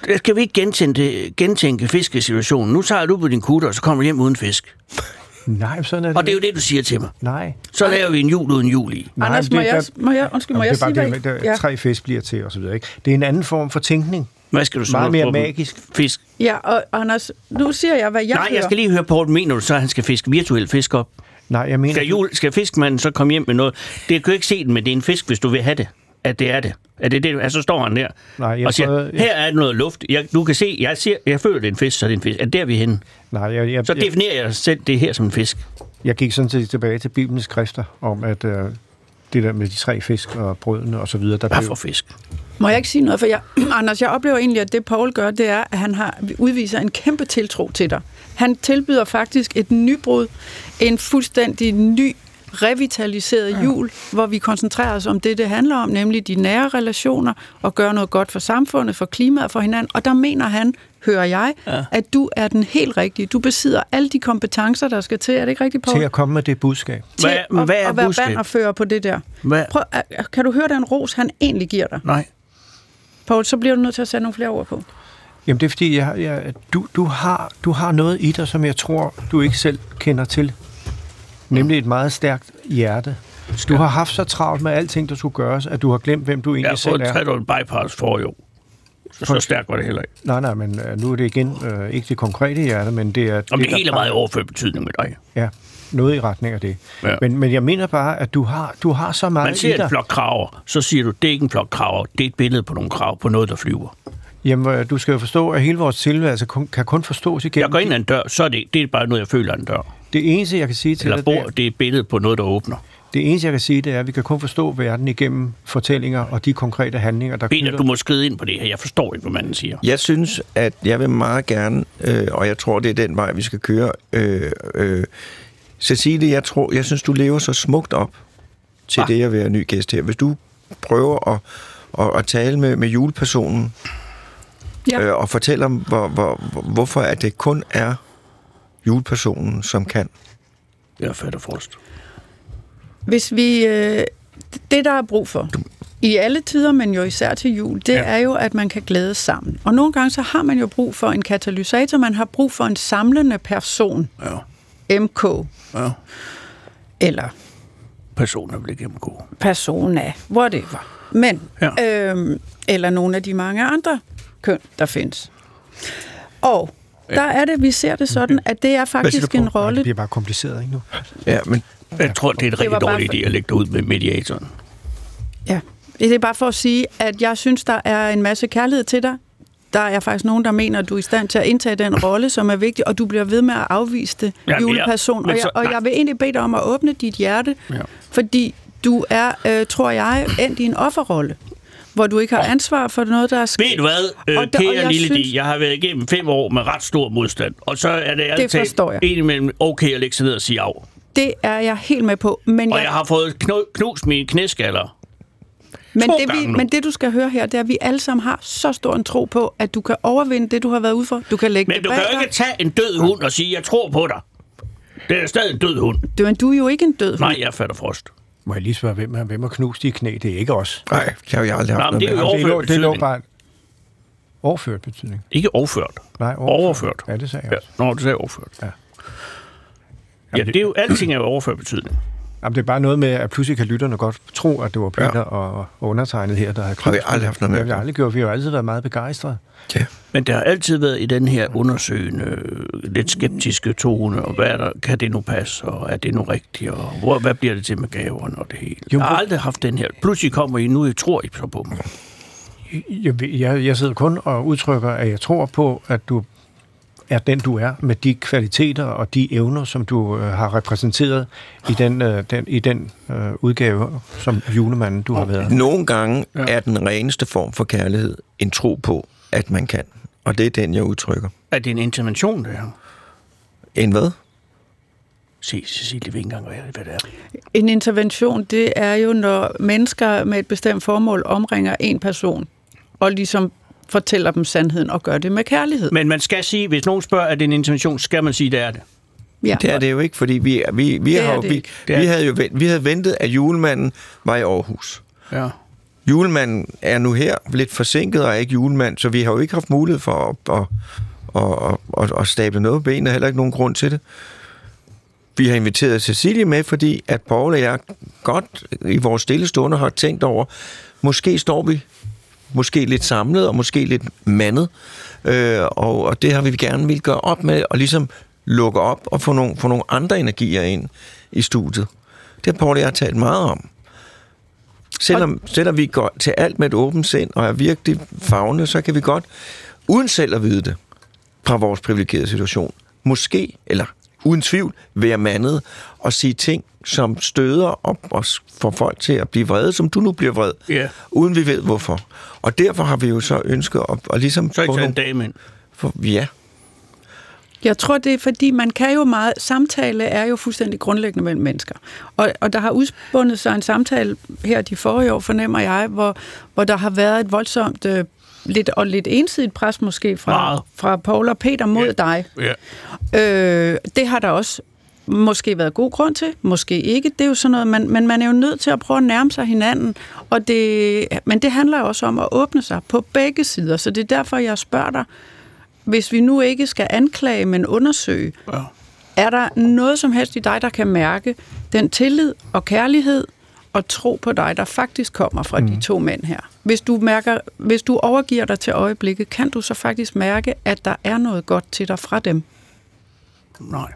Skal vi ikke gentænke fiskesituationen? Nu tager du på din kutter, og så kommer du hjem uden fisk. Nej, sådan er det. Og det er jo det, du siger til mig. Nej. Så laver vi en jul uden jul i. Nej, Anders, må jeg sige, hvad 3 fisk bliver til, og så videre, ikke? Det er en anden form for tænkning. Hvad skal du så? Meget mere magisk. Fisk. Ja, og Anders, nu siger jeg, hvad jeg Nej, jeg skal lige høre, Poul, mener du så, at han skal fiske virtuel fisk op? Nej, jeg mener... Skal fiskemanden så komme hjem med noget? Det kan jo ikke se den, men det er en fisk, hvis du vil have det. At det er det. At det, altså, så står han der og siger, her er noget luft. Du kan se, jeg føler, det er en fisk, så det er en fisk. Er der vi er henne? Nej, så definerer jeg selv det her som en fisk. Jeg gik sådan set tilbage til Bibelens skrifter om, at det der med de 3 fisk og brødene og så videre, der blev... for fisk? Må jeg ikke sige noget? For Anders, jeg oplever egentlig, at det Poul gør, det er, at han udviser en kæmpe tiltro til dig. Han tilbyder faktisk et nybrud, en fuldstændig ny, revitaliseret jul, hvor vi koncentrerer os om det handler om, nemlig de nære relationer, og gøre noget godt for samfundet, for klimaet, for hinanden. Og der mener han, hører jeg, at du er den helt rigtige. Du besidder alle de kompetencer, der skal til. Er det ikke rigtigt, Poul? Til at komme med det budskab. Hvad er at være bannerfører på det der. Prøv, kan du høre den ros, han egentlig giver dig? Nej. Poul, så bliver du nødt til at sætte nogle flere ord på. Jamen det er fordi, du har noget i dig, som jeg tror, du ikke selv kender til. Nemlig et meget stærkt hjerte. Du har haft så travlt med alting, der skulle gøres, at du har glemt, hvem du egentlig selv er. Jeg har fået 3 bypass for jo. Så stærkt var det heller ikke. Nej, men nu er det igen ikke det konkrete hjerte, men det er... Om det hele er meget overført betydning med dig. Ja, noget i retning af det. Ja. Men jeg mener bare, at du har så meget i dig. Man ser en flok kraver, så siger du, det er ikke en flok kraver, det er et billede på nogle krav, på noget, der flyver. Jamen, du skal jo forstå, at hele vores tilværelse kan kun forstås igennem... Jeg går ind ad en dør, så er det er bare noget, jeg føler af en dør. Det eneste, jeg kan sige til dig... det er et billede på noget, der åbner. Det eneste, jeg kan sige, det er, at vi kan kun forstå verden igennem fortællinger og de konkrete handlinger, der Peter, du må skride ind på det her. Jeg forstår ikke, hvad manden siger. Jeg synes, at jeg vil meget gerne, og jeg tror, det er den vej, vi skal køre. Cecilie, jeg synes, du lever så smukt op til det at være ny gæst her. Hvis du prøver at tale med julepersonen, og fortælle om, hvorfor at det kun er julepersonen, som kan. Jeg fatter forrest. Hvis vi... det, der er brug for, i alle tider, men jo især til jul, det er jo, at man kan glædes sammen. Og nogle gange, så har man jo brug for en katalysator, man har brug for en samlende person. Ja. MK. Ja. Eller... Persona vil ikke MK. Persona. Whatever. Men, eller nogle af de mange andre køn, der findes. Og der er det, vi ser det sådan, at det er faktisk en rolle... Det bliver bare kompliceret, ikke nu? Ja, men... Jeg tror, det er en rigtig dårlig idé at lægge det ud med mediatoren. Ja, det er bare for at sige, at jeg synes, der er en masse kærlighed til dig. Der er faktisk nogen, der mener, at du er i stand til at indtage den rolle, som er vigtig, og du bliver ved med at afvise det, juleperson. Og jeg vil egentlig bede dig om at åbne dit hjerte, fordi du er, tror jeg, endt i en offerrolle, hvor du ikke har ansvar for noget, der er sket. Ved du hvad, kære lille Di, jeg har været igennem 5 år med ret stor modstand, og så er det altid indimellem okay at lægge sig ned og sige af. Det er jeg helt med på. Men jeg har fået knust mine knæskaller. Men det, du skal høre her, det er, at vi alle sammen har så stor en tro på, at du kan overvinde det, du har været ude for. Du kan lægge men du kan jo ikke tage en død hund og sige, jeg tror på dig. Det er stadig en død hund. Men du er jo ikke en død hund. Nej, jeg fatter frost. Må jeg lige spørge, hvem har knust de knæ? Det er ikke os. Nej, det har jeg aldrig haft noget med. Det lå bare overført betydning. Ikke overført. Nej, overført. Ja, det sagde jeg også. Nå, det sagde overført. Ja, det er jo, alting er jo overført betydning. Jamen, det er bare noget med, at pludselig kan lytterne godt tro, at det var Peter og undertegnet her, der har knust. Har vi aldrig haft noget med? Det har vi aldrig gjort. Vi har jo altid været meget begejstrede. Ja. Men der har altid været i den her undersøgende, lidt skeptiske tone, og kan det nu passe, og er det nu rigtigt, og hvad bliver det til med gaverne og det hele? Jeg har aldrig haft den her. Pludselig kommer I nu, I tror ikke så på mig. Jeg sidder kun og udtrykker, at jeg tror på, at du er den, du er, med de kvaliteter og de evner, som du har repræsenteret i den udgave som julemanden, du har været. Nogle gange er den reneste form for kærlighed en tro på, at man kan. Og det er den, jeg udtrykker. Er det en intervention, det her? En hvad? Se, Cecilie, ikke engang, hvad det er. En intervention, det er jo, når mennesker med et bestemt formål omringer en person, og ligesom fortæller dem sandheden og gør det med kærlighed. Men man skal sige, hvis nogen spørger, er det en intervention, skal man sige, det er det. Ja. Det er det jo ikke, fordi vi havde ventet, at julemanden var i Aarhus. Ja. Julemanden er nu her lidt forsinket og er ikke julemand, så vi har jo ikke haft mulighed for at stable noget på benene, og heller ikke nogen grund til det. Vi har inviteret Cecilie med, fordi at Paul og jeg godt i vores stille stunder har tænkt over, måske står vi måske lidt samlet og måske lidt mandet, og det har vi gerne vil gøre op med, og ligesom lukke op og få nogle andre energier ind i studiet. Det har Paul og jeg talt meget om. Selvom vi går til alt med et åbent sind og er virkelig favne, så kan vi godt, uden selv at vide det, fra vores privilegerede situation, måske, eller uden tvivl, være mandet og sige ting, som støder op og får folk til at blive vrede, som du nu bliver vred, uden vi ved hvorfor. Og derfor har vi jo så ønsket at ligesom... Så ikke tage en dag med. Ja. Jeg tror, det er, fordi man kan jo meget... Samtale er jo fuldstændig grundlæggende mellem mennesker. Og der har udspundet sig en samtale her de forrige år, fornemmer jeg, hvor der har været et voldsomt... lidt ensidigt pres måske fra Paul og Peter mod dig. Yeah. Det har der også måske været god grund til, måske ikke. Det er jo sådan noget, men man er jo nødt til at prøve at nærme sig hinanden, men det handler jo også om at åbne sig på begge sider, så det er derfor, jeg spørger dig, hvis vi nu ikke skal anklage, men undersøge, er der noget som helst i dig, der kan mærke den tillid og kærlighed og tro på dig, der faktisk kommer fra de to mænd her? Hvis du overgiver dig til øjeblikket, kan du så faktisk mærke, at der er noget godt til dig fra dem? Nej.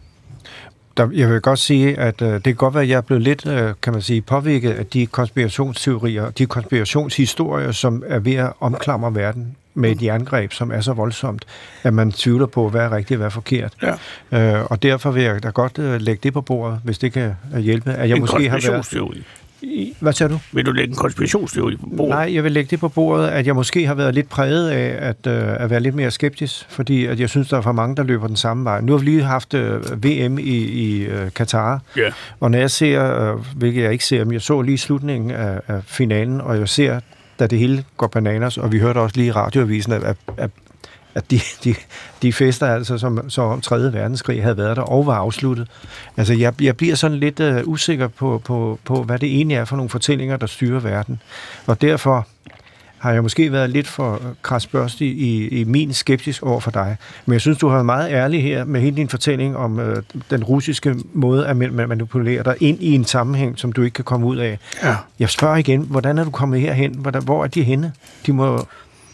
Jeg vil godt sige, at det kan godt være, at jeg er blevet lidt, kan man sige, påvirket af de konspirationsteorier, de konspirationshistorier, som er ved at omklamre verden med et jerngreb, som er så voldsomt, at man tvivler på, hvad er rigtigt og hvad er forkert. Ja. Og derfor vil jeg da godt lægge det på bordet, hvis det kan hjælpe. At jeg måske har været... Hvad siger du? Vil du lægge en konspirationsteori på bordet? Nej, jeg vil lægge det på bordet, at jeg måske har været lidt præget af at være lidt mere skeptisk, fordi at jeg synes, der er for mange, der løber den samme vej. Nu har vi lige haft VM i Katar, og når jeg ser, hvilket jeg ikke ser, men jeg så lige slutningen af finalen, og jeg ser, da det hele går bananas, og vi hørte også lige i radioavisen, at de fester, altså, som 3. verdenskrig havde været der og var afsluttet. Altså, jeg bliver sådan lidt usikker på, hvad det egentlig er for nogle fortællinger, der styrer verden. Og derfor har jeg måske været lidt for krasbørstig i min skepsis over for dig. Men jeg synes, du har været meget ærlig her med hele din fortælling om den russiske måde at manipulere dig ind i en sammenhæng, som du ikke kan komme ud af. Ja. Jeg spørger igen, hvordan er du kommet herhen? Hvor er de henne? De må...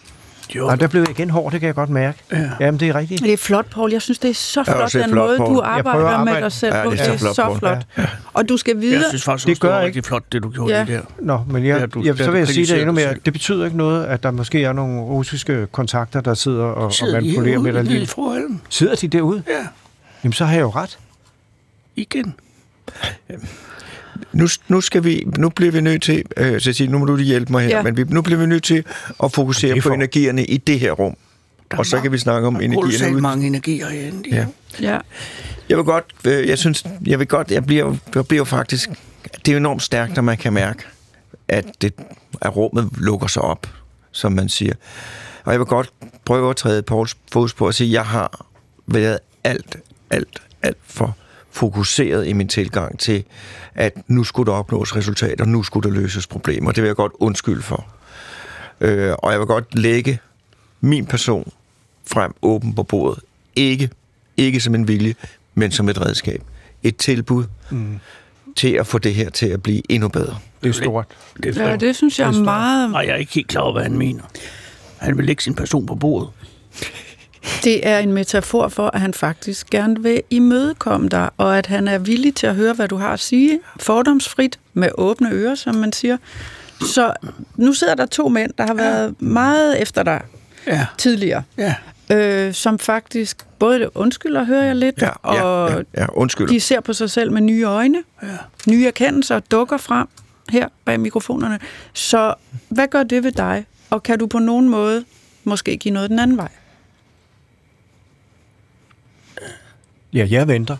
Og der blev jeg igen hård, det kan jeg godt mærke. Ja. Jamen, det er rigtigt. Det er flot, Paul. Jeg synes, det er så flot, den måde, du arbejder med dig selv på. Det er så flot. Ja. Og du skal vide... Jeg synes faktisk, det gør rigtig flot, det du gjorde det der. Nå, men så vil jeg sige det endnu mere. Det betyder ikke noget, at der måske er nogle russiske kontakter, der sidder og manipulerer med dig lige. Sidder de derude? Ja. Jamen, så har jeg jo ret. Igen. Nu bliver vi nødt til, Cecilie, nu må du lige hjælpe mig her, men nu bliver vi nødt til at fokusere på energierne i det her rum. Og så kan vi snakke om energierne ude. Mange energier herinde. Ja. Jeg bliver jo faktisk, det er enormt stærkt, når man kan mærke, at rummet lukker sig op, som man siger. Og jeg vil godt prøve at træde Pauls fodspor og sige, at jeg har været alt for fokuseret i min tilgang til, at nu skulle der opnås resultater, nu skulle der løses problemer. Det vil jeg godt undskylde for. Og jeg vil godt lægge min person frem åben på bordet. Ikke som en vilje, men som et redskab. Et tilbud til at få det her til at blive endnu bedre. Det er stort. Det synes jeg er meget... Nej, jeg er ikke helt klar over, hvad han mener. Han vil lægge sin person på bordet. Det er en metafor for, at han faktisk gerne vil imødekomme dig, og at han er villig til at høre, hvad du har at sige, fordomsfrit, med åbne ører, som man siger. Så nu sidder der 2 mænd, der har været meget efter dig tidligere, som faktisk både undskylder, hører jeg lidt, og de ser på sig selv med nye øjne, nye erkendelser dukker frem her bag mikrofonerne. Så hvad gør det ved dig, og kan du på nogen måde måske give noget den anden vej? Ja, jeg venter.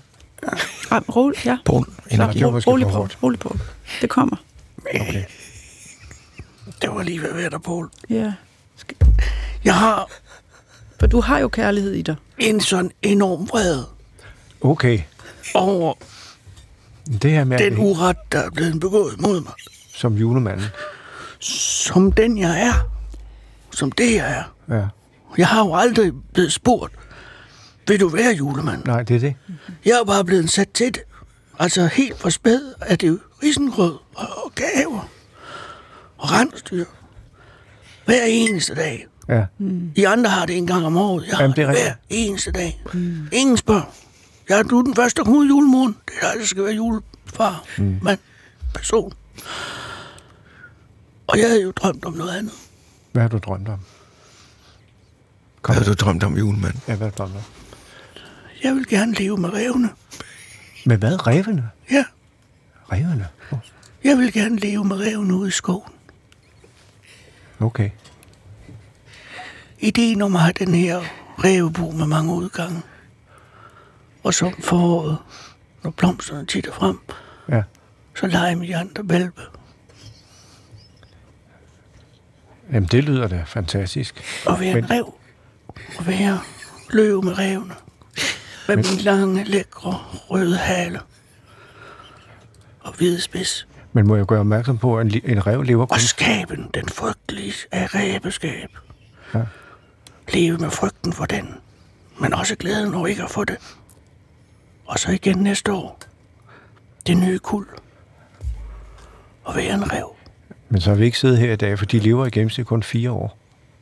Rolig på. Det kommer. Okay. Det var lige ved dig, Paul. Ja. Jeg har... For du har jo kærlighed i dig. En sådan enorm vrede. Okay. Over det her med den uret, der er blevet begået mod mig. Som julemanden. som den jeg er. Som det jeg er. Ja. Jeg har jo aldrig blevet spurgt, vil du være julemand? Nej, det er det. Jeg er bare blevet sat til det. Altså helt fra spæd er det jo risengrød og gaver og rensdyr. Hver eneste dag. Ja. I andre har det en gang om året. Jeg har Jamen, det er det hver rigtigt. eneste dag. Ingen spørger. Jeg er du den første, der kommer ud i julemorgen. Det er dig, der skal være julefar, mand, person. Og jeg havde jo drømt om noget andet. Hvad har du drømt om? Hvad har du drømt om, julemand? Ja, hvad har du drømt om? Jeg vil gerne leve med rævene. Med hvad? Rævene? Ja, Rævene? Oh, jeg vil gerne leve med rævene ude i skoven. okay. Ideen om at have den her rævebo med mange udgange. Og så om foråret, når blomsterne titter frem, Ja. så leger med de andre hvalpe. Jamen, det lyder da fantastisk. Og være en ræv. Og være løve med rævene. Med min lange, lækre, røde hale. Og hvide spids. Men må jeg gøre opmærksom på, at en ræv lever kun... Og skaben, den frygtelige af ræbeskab. Ja. Leve med frygten for den. Men også glæden over ikke at få det. Og så igen næste år. Det nye kuld. Og være en ræv. Men så har vi ikke siddet her i dag, for de lever i gennemsnit kun 4 år.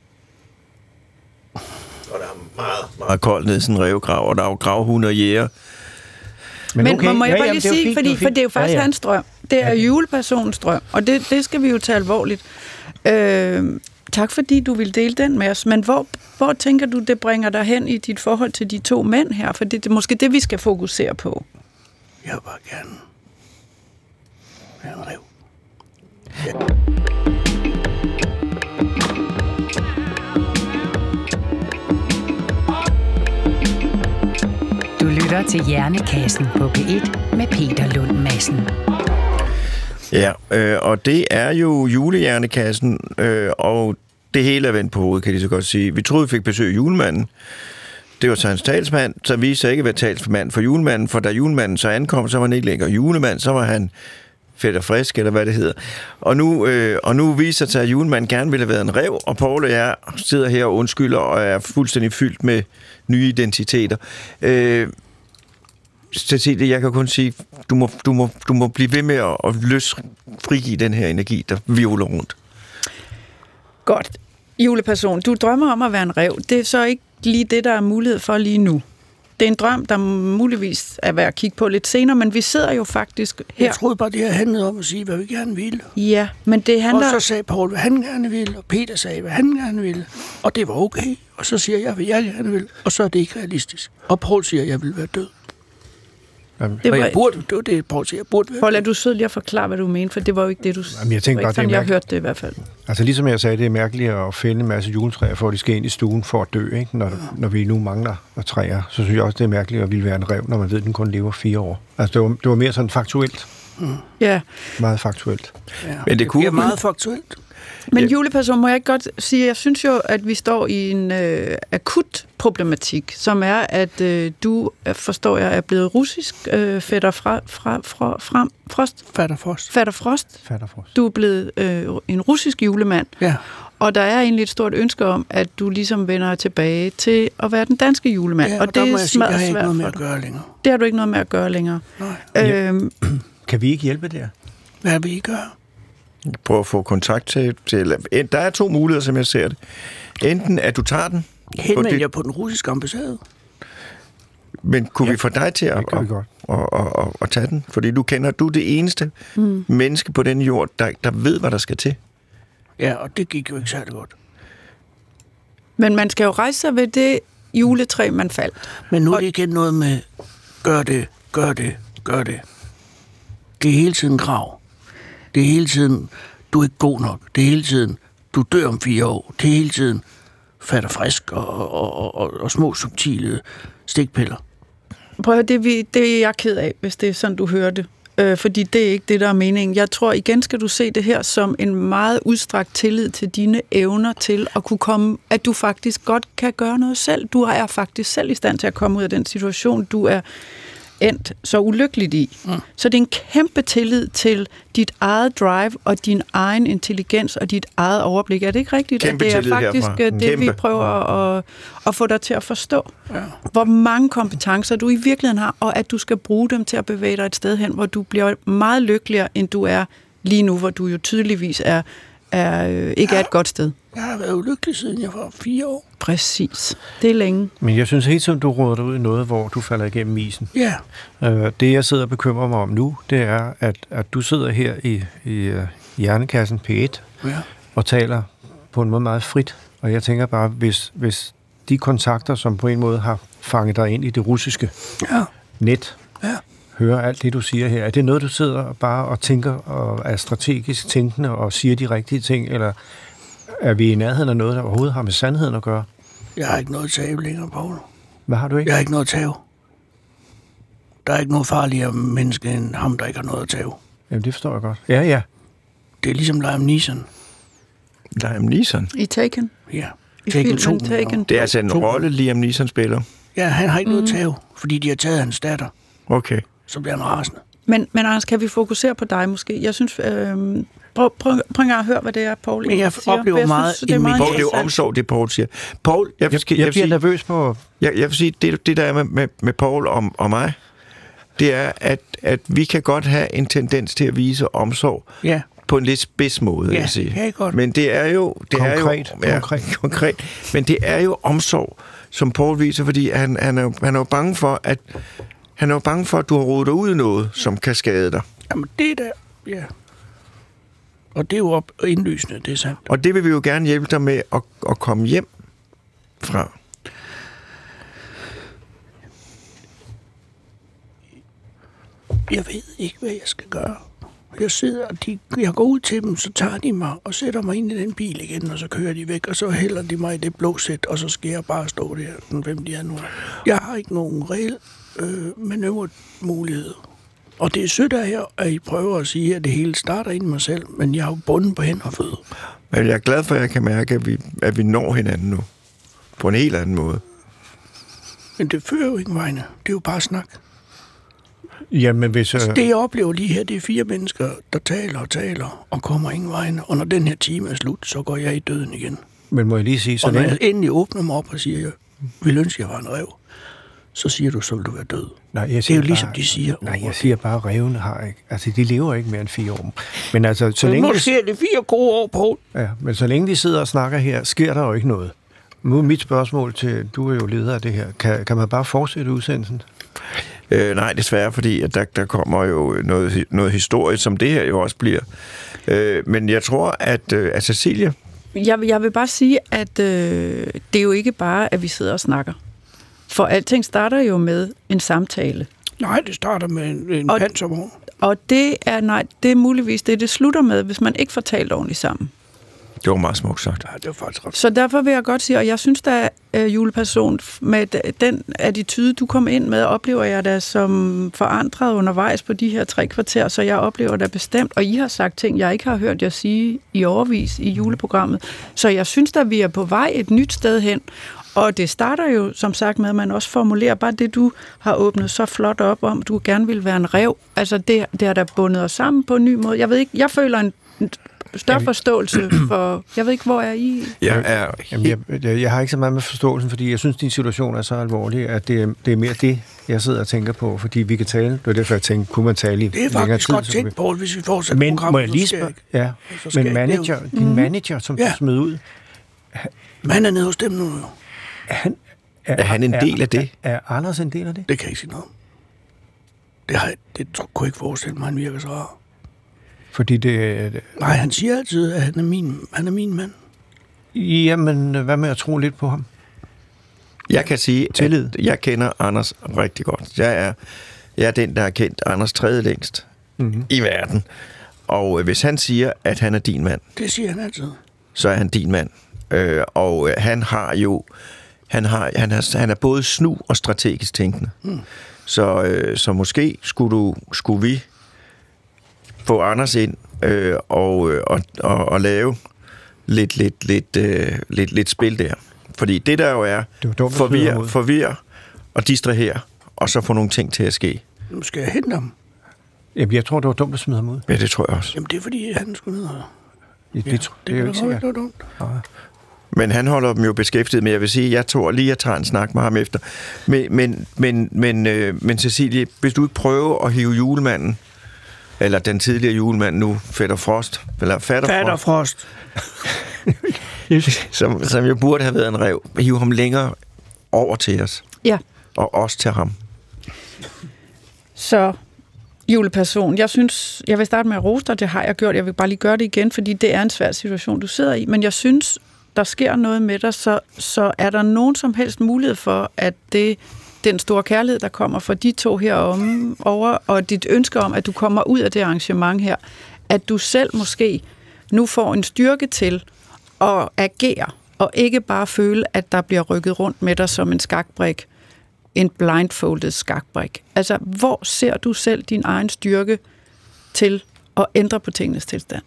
Og der er meget koldt ned i sådan en rævegrav, og der er jo gravhunde og jæger. Men okay. må jeg bare jamen, lige det er jo sige, fint, for det er jo faktisk hans drøm. Det er julepersonens drøm, og det skal vi jo tage alvorligt. Tak fordi du vil dele den med os, men hvor tænker du, det bringer dig hen i dit forhold til de 2 mænd her? For det er måske det, vi skal fokusere på. Jeg vil bare gerne være en ræv. Du lytter til Hjernekassen på P1 med Peter Lund Madsen. Ja, og det er jo julehjernekassen, og det hele er vendt på hovedet, kan de så godt sige. Vi troede, vi fik besøg af julemanden. Det var så hans talsmand, så viste sig ikke at være talsmand for julemanden, for da julemanden så ankom, så var han ikke længere julemand, så var han fedt og frisk, eller hvad det hedder. Og nu viser det sig, at julemanden gerne ville have været en ræv, og Poul og jeg sidder her og undskylder, og er fuldstændig fyldt med nye identiteter. Cecilie, jeg kan kun sige, du må blive ved med at frigive den her energi, der virvler rundt. Godt. Juleperson, du drømmer om at være en ræv. Det er så ikke lige det, der er mulighed for lige nu. Det er en drøm, der muligvis er værd at kigge på lidt senere, men vi sidder jo faktisk her. Jeg troede bare, det her handlede om at sige, hvad vi gerne ville. Ja, men det handler... Og så sagde Poul, hvad han gerne ville, og Peter sagde, hvad han gerne ville. Og det var okay. Og så siger jeg, hvad jeg gerne vil, og så er det ikke realistisk. Og Poul siger, at jeg vil være død. Det og var, jeg burde, det var det, Poul siger, jeg burde være. Poul, er du sød lige at forklare, hvad du mener, for det var jo ikke det, du... Jamen, jeg tænker bare, sådan, jeg hørte det i hvert fald. Altså ligesom jeg sagde, det er mærkeligt at finde en masse juletræer, for at de skal ind i stuen for at dø, ikke? Når vi nu mangler træer. Så synes jeg også, det er mærkeligt at ville være en ræv, når man ved, at den kun lever 4 år. Altså det var mere sådan faktuelt. Ja. Meget faktuelt. Ja, Men det kunne bliver meget faktuelt. Men juleperson, må jeg ikke godt sige, jeg synes jo, at vi står i en akut problematik, som er, at du, forstår jeg, er blevet russisk Fatter Frost. Du er blevet en russisk julemand. Ja. Og der er egentlig et stort ønske om, at du ligesom vender tilbage til at være den danske julemand. Ja, og der må jeg sige, at jeg har ikke noget med at gøre længere. Det har du ikke noget med at gøre længere. Nej. Kan vi ikke hjælpe der? Hvad vil I gøre? Prøv at få kontakt til... Der er 2 muligheder, som jeg ser det. Enten at du tager den... Henvender jeg på den russiske ambassade. Men kunne vi få dig til at tage den? Fordi du er det eneste menneske på den jord, der ved, hvad der skal til. Ja, og det gik jo ikke særlig godt. Men man skal jo rejse sig ved det juletræ, man faldt. Men nu er det igen noget med, gør det. Det er hele tiden krav. Det er hele tiden, du er ikke god nok. Det er hele tiden, du dør om 4 år. Det er hele tiden, fatter frisk og små subtile stikpiller. Prøv at høre, det er jeg ked af, hvis det er sådan, du hører det. Fordi det er ikke det, der er meningen. Jeg tror, igen skal du se det her som en meget udstrakt tillid til dine evner til at kunne komme, at du faktisk godt kan gøre noget selv. Du er faktisk selv i stand til at komme ud af den situation. Du er endt så ulykkeligt i. Så det er en kæmpe tillid til dit eget drive og din egen intelligens og dit eget overblik. Er det ikke rigtigt? Kæmpe at det er tillid faktisk herfra. det, vi prøver at få dig til at forstå. Ja. Hvor mange kompetencer du i virkeligheden har, og at du skal bruge dem til at bevæge dig et sted hen, hvor du bliver meget lykkeligere, end du er lige nu, hvor du jo tydeligvis ikke er et godt sted. Jeg har været ulykkelig, siden jeg var 4 år. Præcis. Det er længe. Men jeg synes helt tiden, du råder dig ud i noget, hvor du falder igennem isen. Ja. Det, jeg sidder og bekymrer mig om nu, det er, at du sidder her i Hjernekassen P1 og taler på en måde meget frit. Og jeg tænker bare, hvis de kontakter, som på en måde har fanget dig ind i det russiske net, hører alt det, du siger her, er det noget, du sidder bare og tænker og er strategisk tænkende og siger de rigtige ting, eller er vi i nærheden af noget, der overhovedet har med sandheden at gøre? Jeg har ikke noget tav længere, Poul. Hvad har du ikke? Jeg har ikke noget tav. Der er ikke noget farligere menneske end ham, der ikke har noget at tage. Jamen, det forstår jeg godt. Ja. Det er ligesom Liam Neeson. Liam Neeson? I Taken? Ja. I filmen Taken? Det er altså en rolle, Liam Neeson spiller. Ja, han har ikke noget at tage, fordi de har taget hans datter. Okay. Så bliver han rasende. Men Anders, kan vi fokusere på dig måske? Jeg synes... Prøv at høre, hvad det er, Poul Men jeg siger. oplever meget... Poul, det er jo omsorg, det Poul siger. Poul, jeg bliver nervøs på... Jeg vil sige, det der er med Poul og mig, det er, at vi kan godt have en tendens til at vise omsorg på en lidt spids måde, jeg sige. Ja, godt. Men det er jo... Konkret. Men det er jo omsorg, som Poul viser, fordi han er jo bange for, at du har rodet dig ud i noget, som kan skade dig. Jamen, det der... Ja. Og det er jo indlysende, det er sandt. Og det vil vi jo gerne hjælpe dig med at komme hjem fra. Jeg ved ikke, hvad jeg skal gøre. Jeg går ud til dem, så tager de mig og sætter mig ind i den bil igen, og så kører de væk, og så hælder de mig i det blå sæt, og så skal jeg bare stå der den 5. januar. Jeg har ikke nogen reel manøvremulighed. Og det er sødt af jer, at I prøver at sige, at det hele starter ind i mig selv, men jeg har jo bundet på hænder og fødder. Men jeg er glad for, at jeg kan mærke, at vi når hinanden nu. På en helt anden måde. Men det fører jo ikke vegne. Det er jo bare snak. Jamen, hvis... Det, jeg oplever lige her, det er 4 mennesker, der taler og kommer ingen vegne. Og når den her time er slut, så går jeg i døden igen. Men må jeg lige sige... Og når jeg endelig åbner mig op og siger, jeg vil ønske, jeg var en rev, så siger du, så vil du være død. Nej, det er jo ligesom de siger. Nej, jeg siger bare, at revene har ikke... Altså, de lever ikke mere end 4 år. Men altså, så længe... Må du sige, det er 4 gode år på. Ja, men så længe de sidder og snakker her, sker der jo ikke noget. Nu er mit spørgsmål til... Du er jo leder af det her. Kan man bare fortsætte udsendelsen? Nej, desværre, fordi at der kommer jo noget historie, som det her jo også bliver. Men jeg tror, at Cecilia... Jeg vil bare sige, at det er jo ikke bare, at vi sidder og snakker. For alting starter jo med en samtale. Nej, det starter med en panservogn. Og det er muligvis det slutter med, hvis man ikke får talt ordentligt sammen. Det var meget smukt sagt. Ja, det var faktisk ret. Så derfor vil jeg godt sige, og jeg synes, der er juleperson med den attitude, du kom ind med, oplever jeg da som forandret undervejs på de her 3 kvarter, så jeg oplever det bestemt, og I har sagt ting, jeg ikke har hørt jer sige i overvis i juleprogrammet. Så jeg synes, at vi er på vej et nyt sted hen, og det starter jo, som sagt, med, at man også formulerer bare det, du har åbnet så flot op om, du gerne vil være en rev. Altså, det har da bundet os sammen på en ny måde. Jeg ved ikke, jeg føler en større forståelse for... Jeg ved ikke, hvor er I? Jeg har ikke så meget med forståelsen, fordi jeg synes, din situation er så alvorlig, at det er mere det, jeg sidder og tænker på, fordi vi kan tale. Det var derfor, jeg tænkte, kunne man tale i længere tid? Det er faktisk godt tænkt, Poul, hvis vi fortsætter programmet. Men må jeg lige spørge? Ja, men din manager, som du smed ud... Man er nede hos dem nu. Er han en del af det? Er Anders en del af det? Det kan jeg ikke sige noget om. Det kunne jeg ikke forestille mig, han virker så rar. Fordi det... Nej, han siger altid, at han er min mand. Jamen, hvad med at tro lidt på ham? Jeg kan sige, at jeg kender Anders rigtig godt. Jeg er den, der har kendt Anders 3. længst i verden. Og hvis han siger, at han er din mand... Det siger han altid. Så er han din mand. Og han har jo... Han er både snu og strategisk tænkende. Så måske skulle vi få Anders ind og lave lidt spil der. Fordi det der jo er forvirre og distrahere, og så få nogle ting til at ske. Nu skal jeg hente ham. Jamen, jeg tror, det var dumt at smide ham ud. Ja, det tror jeg også. Jamen, det er fordi, han skulle ned og... Det er jo ikke sikkert. Det var dumt. Men han holder dem jo beskæftiget med, jeg vil sige, jeg tager en snak med ham efter. Men Cecilie, hvis du ikke prøver at hive julemanden, eller den tidligere julemand nu, Fatter Frost, som jo burde have været en ræv, hive ham længere over til os. Ja. Og også til ham. Så juleperson, jeg vil starte med at rose dig, det har jeg gjort, jeg vil bare lige gøre det igen, fordi det er en svær situation, du sidder i, men jeg synes, der sker noget med dig, så er der nogen som helst mulighed for, at den store kærlighed, der kommer fra de to heromme over, og dit ønske om, at du kommer ud af det arrangement her, at du selv måske nu får en styrke til at agere, og ikke bare føle, at der bliver rykket rundt med dig som en skakbrik, en blindfolded skakbrik. Altså, hvor ser du selv din egen styrke til at ændre på tingenes tilstand?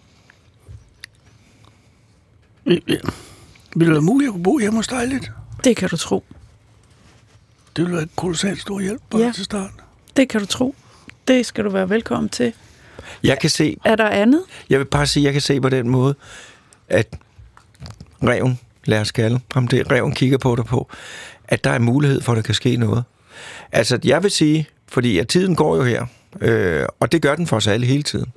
Vil det være muligt at kunne bo hjemme hos dig lidt? Det kan du tro. Det vil være en kolossalt stor hjælp til starten. Det kan du tro. Det skal du være velkommen til. Jeg kan se... Er der andet? Jeg vil bare sige, jeg kan se på den måde, at ræven, lad os kalde ham det, ræven kigger på dig på, at der er mulighed for, at der kan ske noget. Altså, jeg vil sige, fordi at tiden går jo her, og det gør den for os alle hele tiden,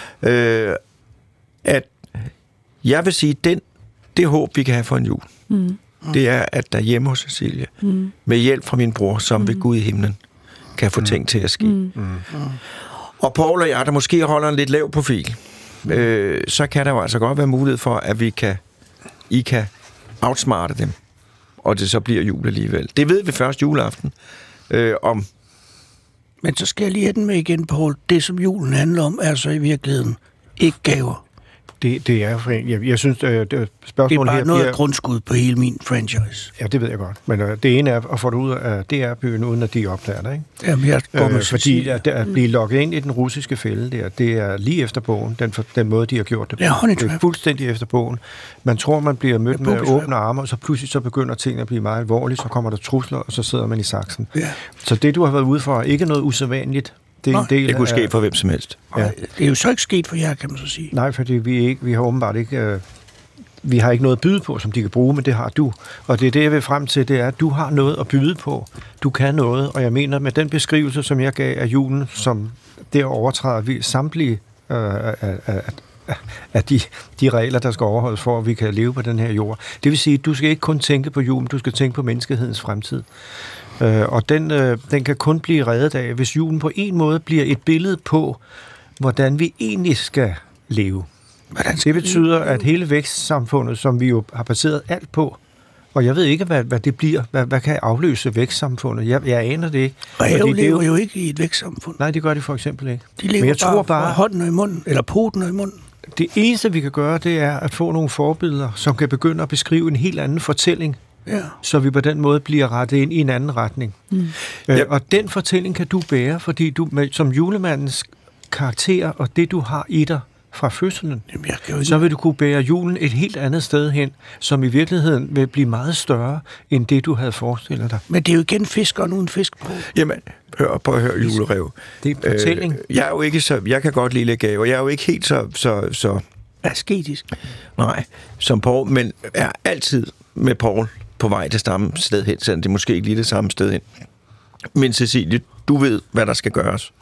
at jeg vil sige, det håb, vi kan have for en jul, det er, at der hjemme hos Cecilie, med hjælp fra min bror, som ved Gud i himlen, kan få ting til at ske. Og Paul og jeg, der måske holder en lidt lav profil, så kan der jo altså godt være mulighed for, at I kan outsmarte dem, og det så bliver jul alligevel. Det ved vi først juleaften om. Men så skal jeg lige have den med igen, Paul. Det, som julen handler om, er så i virkeligheden ikke gaver. Det er for en. Jeg synes, spørgsmålet det er bare her noget af grundskud på hele min franchise. Ja, det ved jeg godt. Men det ene er at få det ud af DR-byen, uden at de opdager det, ikke? Jamen, jeg går med fordi at blive lukket ind i den russiske fælde der, det er lige efter bogen, den måde, de har gjort det på. Det er fuldstændig efter bogen. Man tror, man bliver mødt med åbne arme, og så pludselig så begynder tingene at blive meget alvorlige, så kommer der trusler, og så sidder man i saksen. Ja. Så det, du har været ude for, er ikke noget usædvanligt. Det er en del det kunne ske for hvem som helst. Ja. Det er jo så ikke sket for jer, kan man så sige. Nej, fordi vi har åbenbart ikke... vi har ikke noget at byde på, som de kan bruge, men det har du. Og det er det, jeg vil frem til, det er, at du har noget at byde på. Du kan noget, og jeg mener, med den beskrivelse, som jeg gav af julen, som der overtræder vi samtlige af de regler, der skal overholdes for, at vi kan leve på den her jord. Det vil sige, at du skal ikke kun tænke på julen, du skal tænke på menneskehedens fremtid. Og den kan kun blive reddet af, hvis julen på en måde bliver et billede på, hvordan vi egentlig skal leve. Det betyder, at hele vækstsamfundet, som vi jo har baseret alt på, og jeg ved ikke, hvad det bliver, hvad kan afløse vækstsamfundet? Jeg aner det ikke. Ræve lever jo ikke i et vækstsamfund. Nej, det gør de for eksempel ikke. De lever. Men jeg tror bare hånden i munden, eller poten i munden. Det eneste, vi kan gøre, det er at få nogle forbilleder, som kan begynde at beskrive en helt anden fortælling, så vi på den måde bliver rettet ind i en anden retning. Og den fortælling kan du bære, fordi du som julemandens karakter og det, du har i dig fra fødslen, så vil du kunne bære julen et helt andet sted hen, som i virkeligheden vil blive meget større, end det, du havde forestillet dig. Men det er jo igen fiskeren uden fisk på. Jamen, prøv at høre, julerev. Det er fortælling. Jeg er jo ikke så... Jeg kan godt lide lidt gaver. Jeg er jo ikke helt så asketisk. Nej, som Paul, men er altid med Paul på vej til samme sted hen, selvom det er måske ikke lige det samme sted hen. Men Cecilie, du ved, hvad der skal gøres.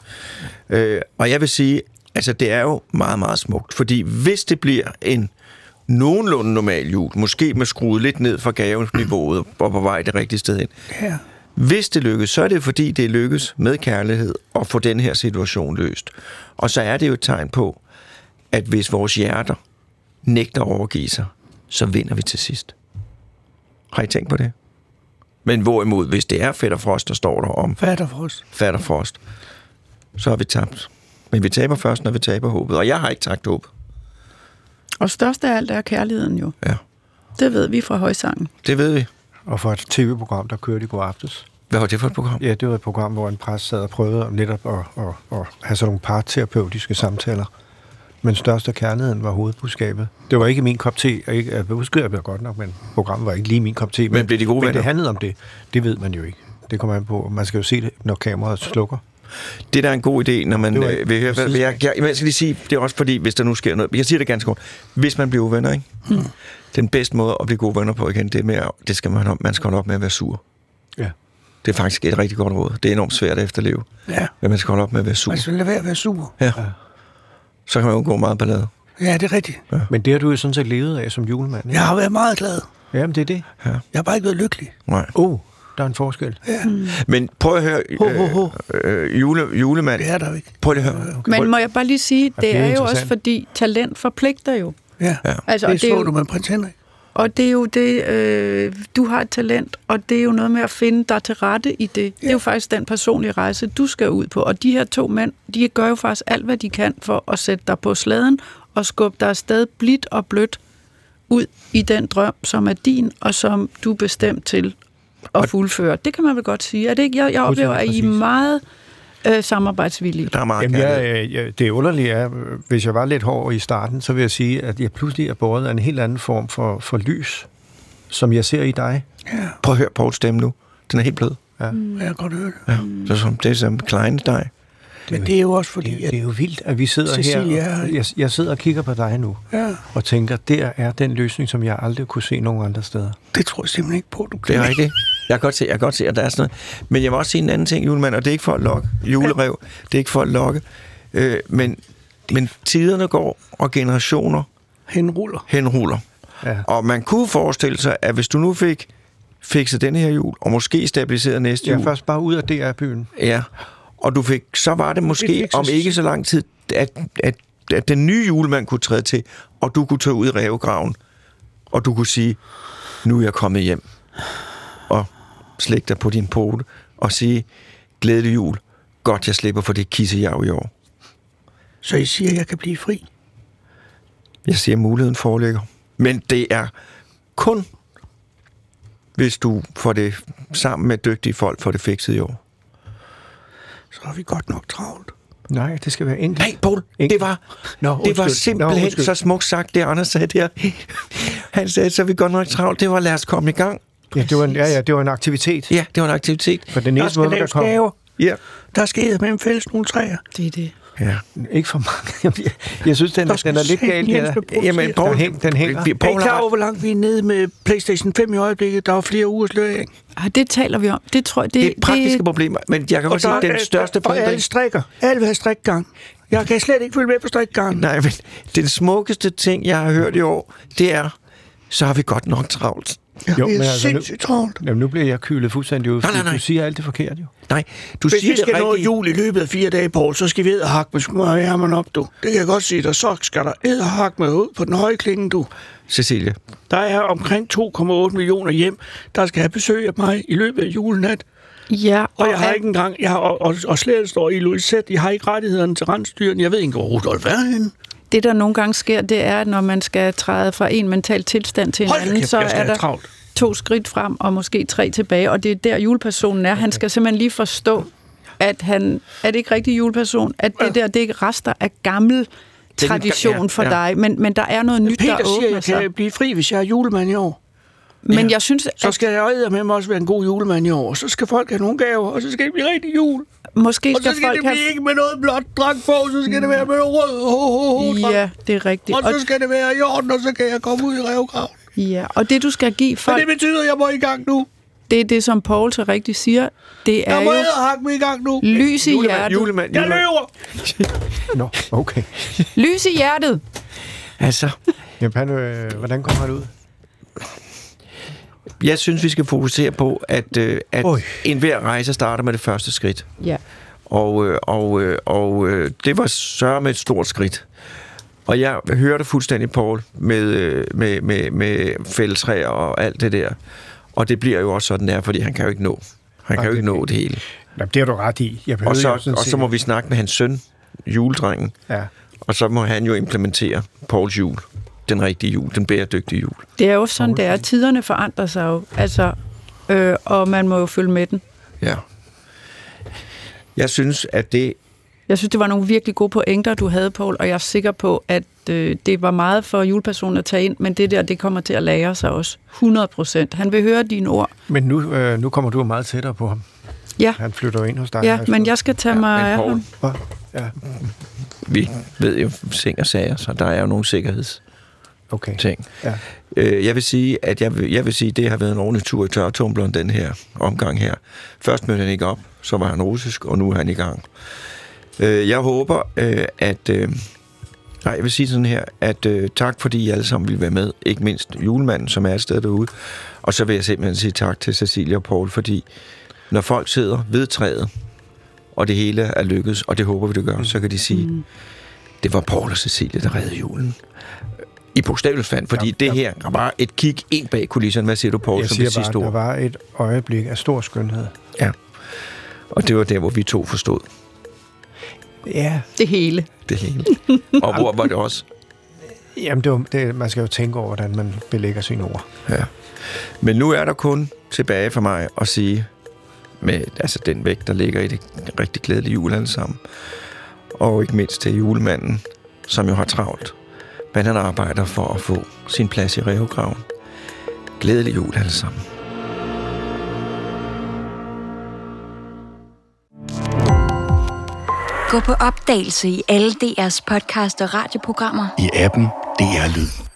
Og jeg vil sige, altså det er jo meget, meget smukt, fordi hvis det bliver en nogenlunde normal jul, måske med skruet lidt ned fra gaveniveauet og på vej det rigtige sted hen. Ja. Hvis det lykkes, så er det fordi, det lykkes med kærlighed at få den her situation løst. Og så er det jo et tegn på, at hvis vores hjerter nægter at overgive sig, så vinder vi til sidst. Har I tænkt på det? Men hvorimod, hvis det er Fatter Frost, der står der om Fatter Frost, så har vi tabt. Men vi taber først, når vi taber håbet. Og jeg har ikke tabt håb. Og størst af alt er kærligheden jo. Ja. Det ved vi fra Højsangen. Det ved vi. Og for et tv-program, der kørte i går aftes. Hvad var det for et program? Ja, det var et program, hvor en præst sad og prøvede netop at have sådan nogle parterapeutiske samtaler. Men størst af kærligheden var hovedbudskabet. Det var ikke min kop te. Budskabet var godt nok, men programmet var ikke lige min kop te. Men blev de gode venner? Men det handlede om det. Det ved man jo ikke. Det kommer an på. Man skal jo se det, når kameraet slukker. Det der er en god idé, når man vil høre... Jeg skal lige sige, det er også fordi, hvis der nu sker noget... Jeg siger det ganske kort. Hvis man bliver uvenner, ikke? Den bedste måde at blive gode venner på igen, det skal man skal holde op med at være sur. Ja. Det er faktisk et rigtig godt råd. Det er enormt svært at efterleve. Ja. Men man skal holde op med at være sur. Man skal lade være at være sur. Ja. Så kan man jo gå meget ballade. Ja, det er rigtigt. Ja. Men det har du jo sådan set levet af som julemand. Ikke? Jeg har været meget glad. Jamen, det er det. Ja. Jeg har bare ikke været lykkelig. Nej. Der er en forskel. Ja. Men prøv at høre... julemand... Det er der jo ikke. Prøv lige at høre. Men må jeg bare lige sige, det er jo interessant. også fordi talent forpligter jo. Ja. Altså, Det og så du med prins Henrik. Og det er jo det, du har et talent, og det er jo noget med at finde dig til rette i det. Ja. Det er jo faktisk den personlige rejse, du skal ud på. Og de her 2 mænd, de gør jo faktisk alt, hvad de kan for at sætte dig på slæden og skubbe dig afsted blidt og blødt ud i den drøm, som er din, og som du er bestemt til at fuldføre. Det kan man vel godt sige. Er det ikke? Jeg oplever, at I er meget samarbejdsvillige. Der er meget Jamen, det underlige er, hvis jeg var lidt hård i starten, så vil jeg sige, at jeg pludselig er båret af en helt anden form for lys, som jeg ser i dig. Ja. Prøv at høre Pauls stemme nu. Den er helt blød. Ja. Jeg kan godt høre det. Ja. Det er som Klein i dig. Men det er jo også fordi, Det er jo vildt, at vi sidder Cecilia her. Jeg sidder og kigger på dig nu, og tænker, der er den løsning, som jeg aldrig kunne se nogen andre steder. det tror jeg simpelthen ikke på, du kan. Det er rigtigt. Jeg kan godt se, at der er sådan noget. Men jeg vil også sige en anden ting, julemand, og det er ikke for at lokke julerev. Det er ikke for at lokke. Men tiderne går, og generationer henruller. Ja. Og man kunne forestille sig, at hvis du nu fik fikset den her jul, og måske stabiliseret næste Jeg er jul. først bare ud af DR-byen. Ja, og du fik, så var det måske om ikke så lang tid, at den nye julemand kunne træde til, og du kunne tage ud i rævegraven, og du kunne sige, nu er jeg kommet hjem, og slække dig på din pote, og sige, glædelig jul, godt jeg slipper for det kissejav i år. Så I siger, at jeg kan blive fri? Jeg siger, muligheden foreligger. Men det er kun, hvis du får det sammen med dygtige folk, får det fikset i år. Så har vi godt nok travlt. Nej, det skal være enkelt. Nej, Poul, det var simpelthen så smukt sagt, det Anders sagde der. Han sagde, så er vi godt nok travlt. Det var, lad os komme i gang. Ja, det var en aktivitet. Ja, det var en aktivitet. For den eneste måde, man kan komme... Ja. Der sker med en fælles nogle træer. Det er det. Ja. Ikke for mange. Jeg synes, den er lidt galt. Jamen, Poul, den hænger. Er I klar over, hvor langt vi er nede med PlayStation 5 i øjeblikket? Der var flere ugers løring. Det taler vi om. Det tror jeg, det er praktiske problemer, men jeg kan godt sige, den største forandring... Og alle strikker. Alle vil have strikgang. Jeg kan slet ikke følge med på strikgang. Nej, men den smukkeste ting, jeg har hørt i år, det er, så har vi godt nok travlt. Ja, det er sindssygt travlt. Jamen, nu bliver jeg kylet fuldstændig ud, fordi du siger alt det forkert, jo. Nej, Hvis vi skal nå jul i løbet af 4 dage, Poul, så skal vi edderhakke med smørhjermen op, du. Det kan jeg godt sige dig. Så skal der edderhakke med ud på den høje klinge, du. Cecilia. Der er omkring 2,8 millioner hjem, der skal have besøg af mig i løbet af julenat. Ja, og jeg har ikke engang... Og slet står i Louisette, jeg har ikke rettighederne til rensdyrene. Jeg ved ikke, hvor Rudolf er henne. Det, der nogle gange sker, det er, at når man skal træde fra en mental tilstand til en anden, så er der 2 skridt frem og måske 3 tilbage, og det er der julepersonen er. Han skal simpelthen lige forstå, at han er det ikke rigtig juleperson, at det der, det er ikke rester af gammel tradition for dig, men der er noget nyt, der åbner sig. Peter siger, jeg kan blive fri, hvis jeg er julemand i år. Men jeg synes, så skal jeg eddermame også være en god julemand i år, og så skal folk have nogle gaver, og så skal det blive rigtig jul. Måske og så skal det blive ikke med noget blåt dragt på, så skal det være med rød Ja, det er rigtigt. Og så skal det være i orden, og så kan jeg komme ud i rævegraven. Ja, og det du skal give folk... Men det betyder, at jeg må i gang nu. Det er det, som Poul så rigtigt siger. Det er jeg må hakke mig i gang nu. Lys i hjertet. Julemand. Jeg løber! Nå, okay. Lys i hjertet. Altså... Jamen, hvordan kommer han ud? Jeg synes, vi skal fokusere på, at enhver rejse starter med det første skridt. Ja. Og det var sørme med et stort skridt. Og jeg hørte fuldstændig Poul med fældtræer og alt det der. Og det bliver jo også sådan der, fordi han kan jo ikke nå. Han kan jo ikke nå det hele. Jamen, det er du ret i. Og så må vi snakke med hans søn, juledrengen. Ja. Og så må han jo implementere Pauls jul. Den rigtige jul, den bæredygtige jul. Det er jo sådan, det er. Tiderne forandrer sig jo. Altså, og man må jo følge med den. Ja. Jeg synes, det var nogle virkelig gode pointer, du havde, Poul, og jeg er sikker på, at det var meget for julepersonen at tage ind, men det kommer til at lære sig også. 100%. Han vil høre dine ord. Men nu kommer du meget tættere på ham. Ja. Han flytter ind hos dig. Ja, men jeg skal tage mig af ham. Ja, Vi ved jo ting og sager, så der er jo nogle sikkerhedsting. okay. Ja. Jeg vil sige, at jeg vil sige, at det har været en ordentlig tur i tørretumbleren, den her omgang her. Først mødte han ikke op, så var han russisk, og nu er han i gang. Jeg håber, jeg vil sige sådan her, at tak fordi I alle sammen vil være med, ikke mindst julemanden, som er et sted derude. Og så vil jeg simpelthen sige tak til Cecilie og Poul, fordi når folk sidder ved træet, og det hele er lykkedes, og det håber vi, det gør, så kan de sige, det var Poul og Cecilie, der reddede julen. I bogstaveligt fand, fordi det her er bare et kig ind bag kulisserne. Hvad siger du, Poul, som det sidste ord? Der var et øjeblik af stor skønhed. Ja, og det var der, hvor vi to forstod. Ja. Det hele. Det hele. Og hvor var det også? Jamen, man skal jo tænke over, hvordan man belægger sine ord. Ja. Men nu er der kun tilbage for mig at sige, med altså den vægt, der ligger i det rigtig glædelige jul alle sammen. Og ikke mindst til julemanden, som jo har travlt. Men han arbejder for at få sin plads i rævegraven. Glædelig jul alle sammen. Gå på opdagelse i alle DR's podcast og radioprogrammer. I appen DR Lyd.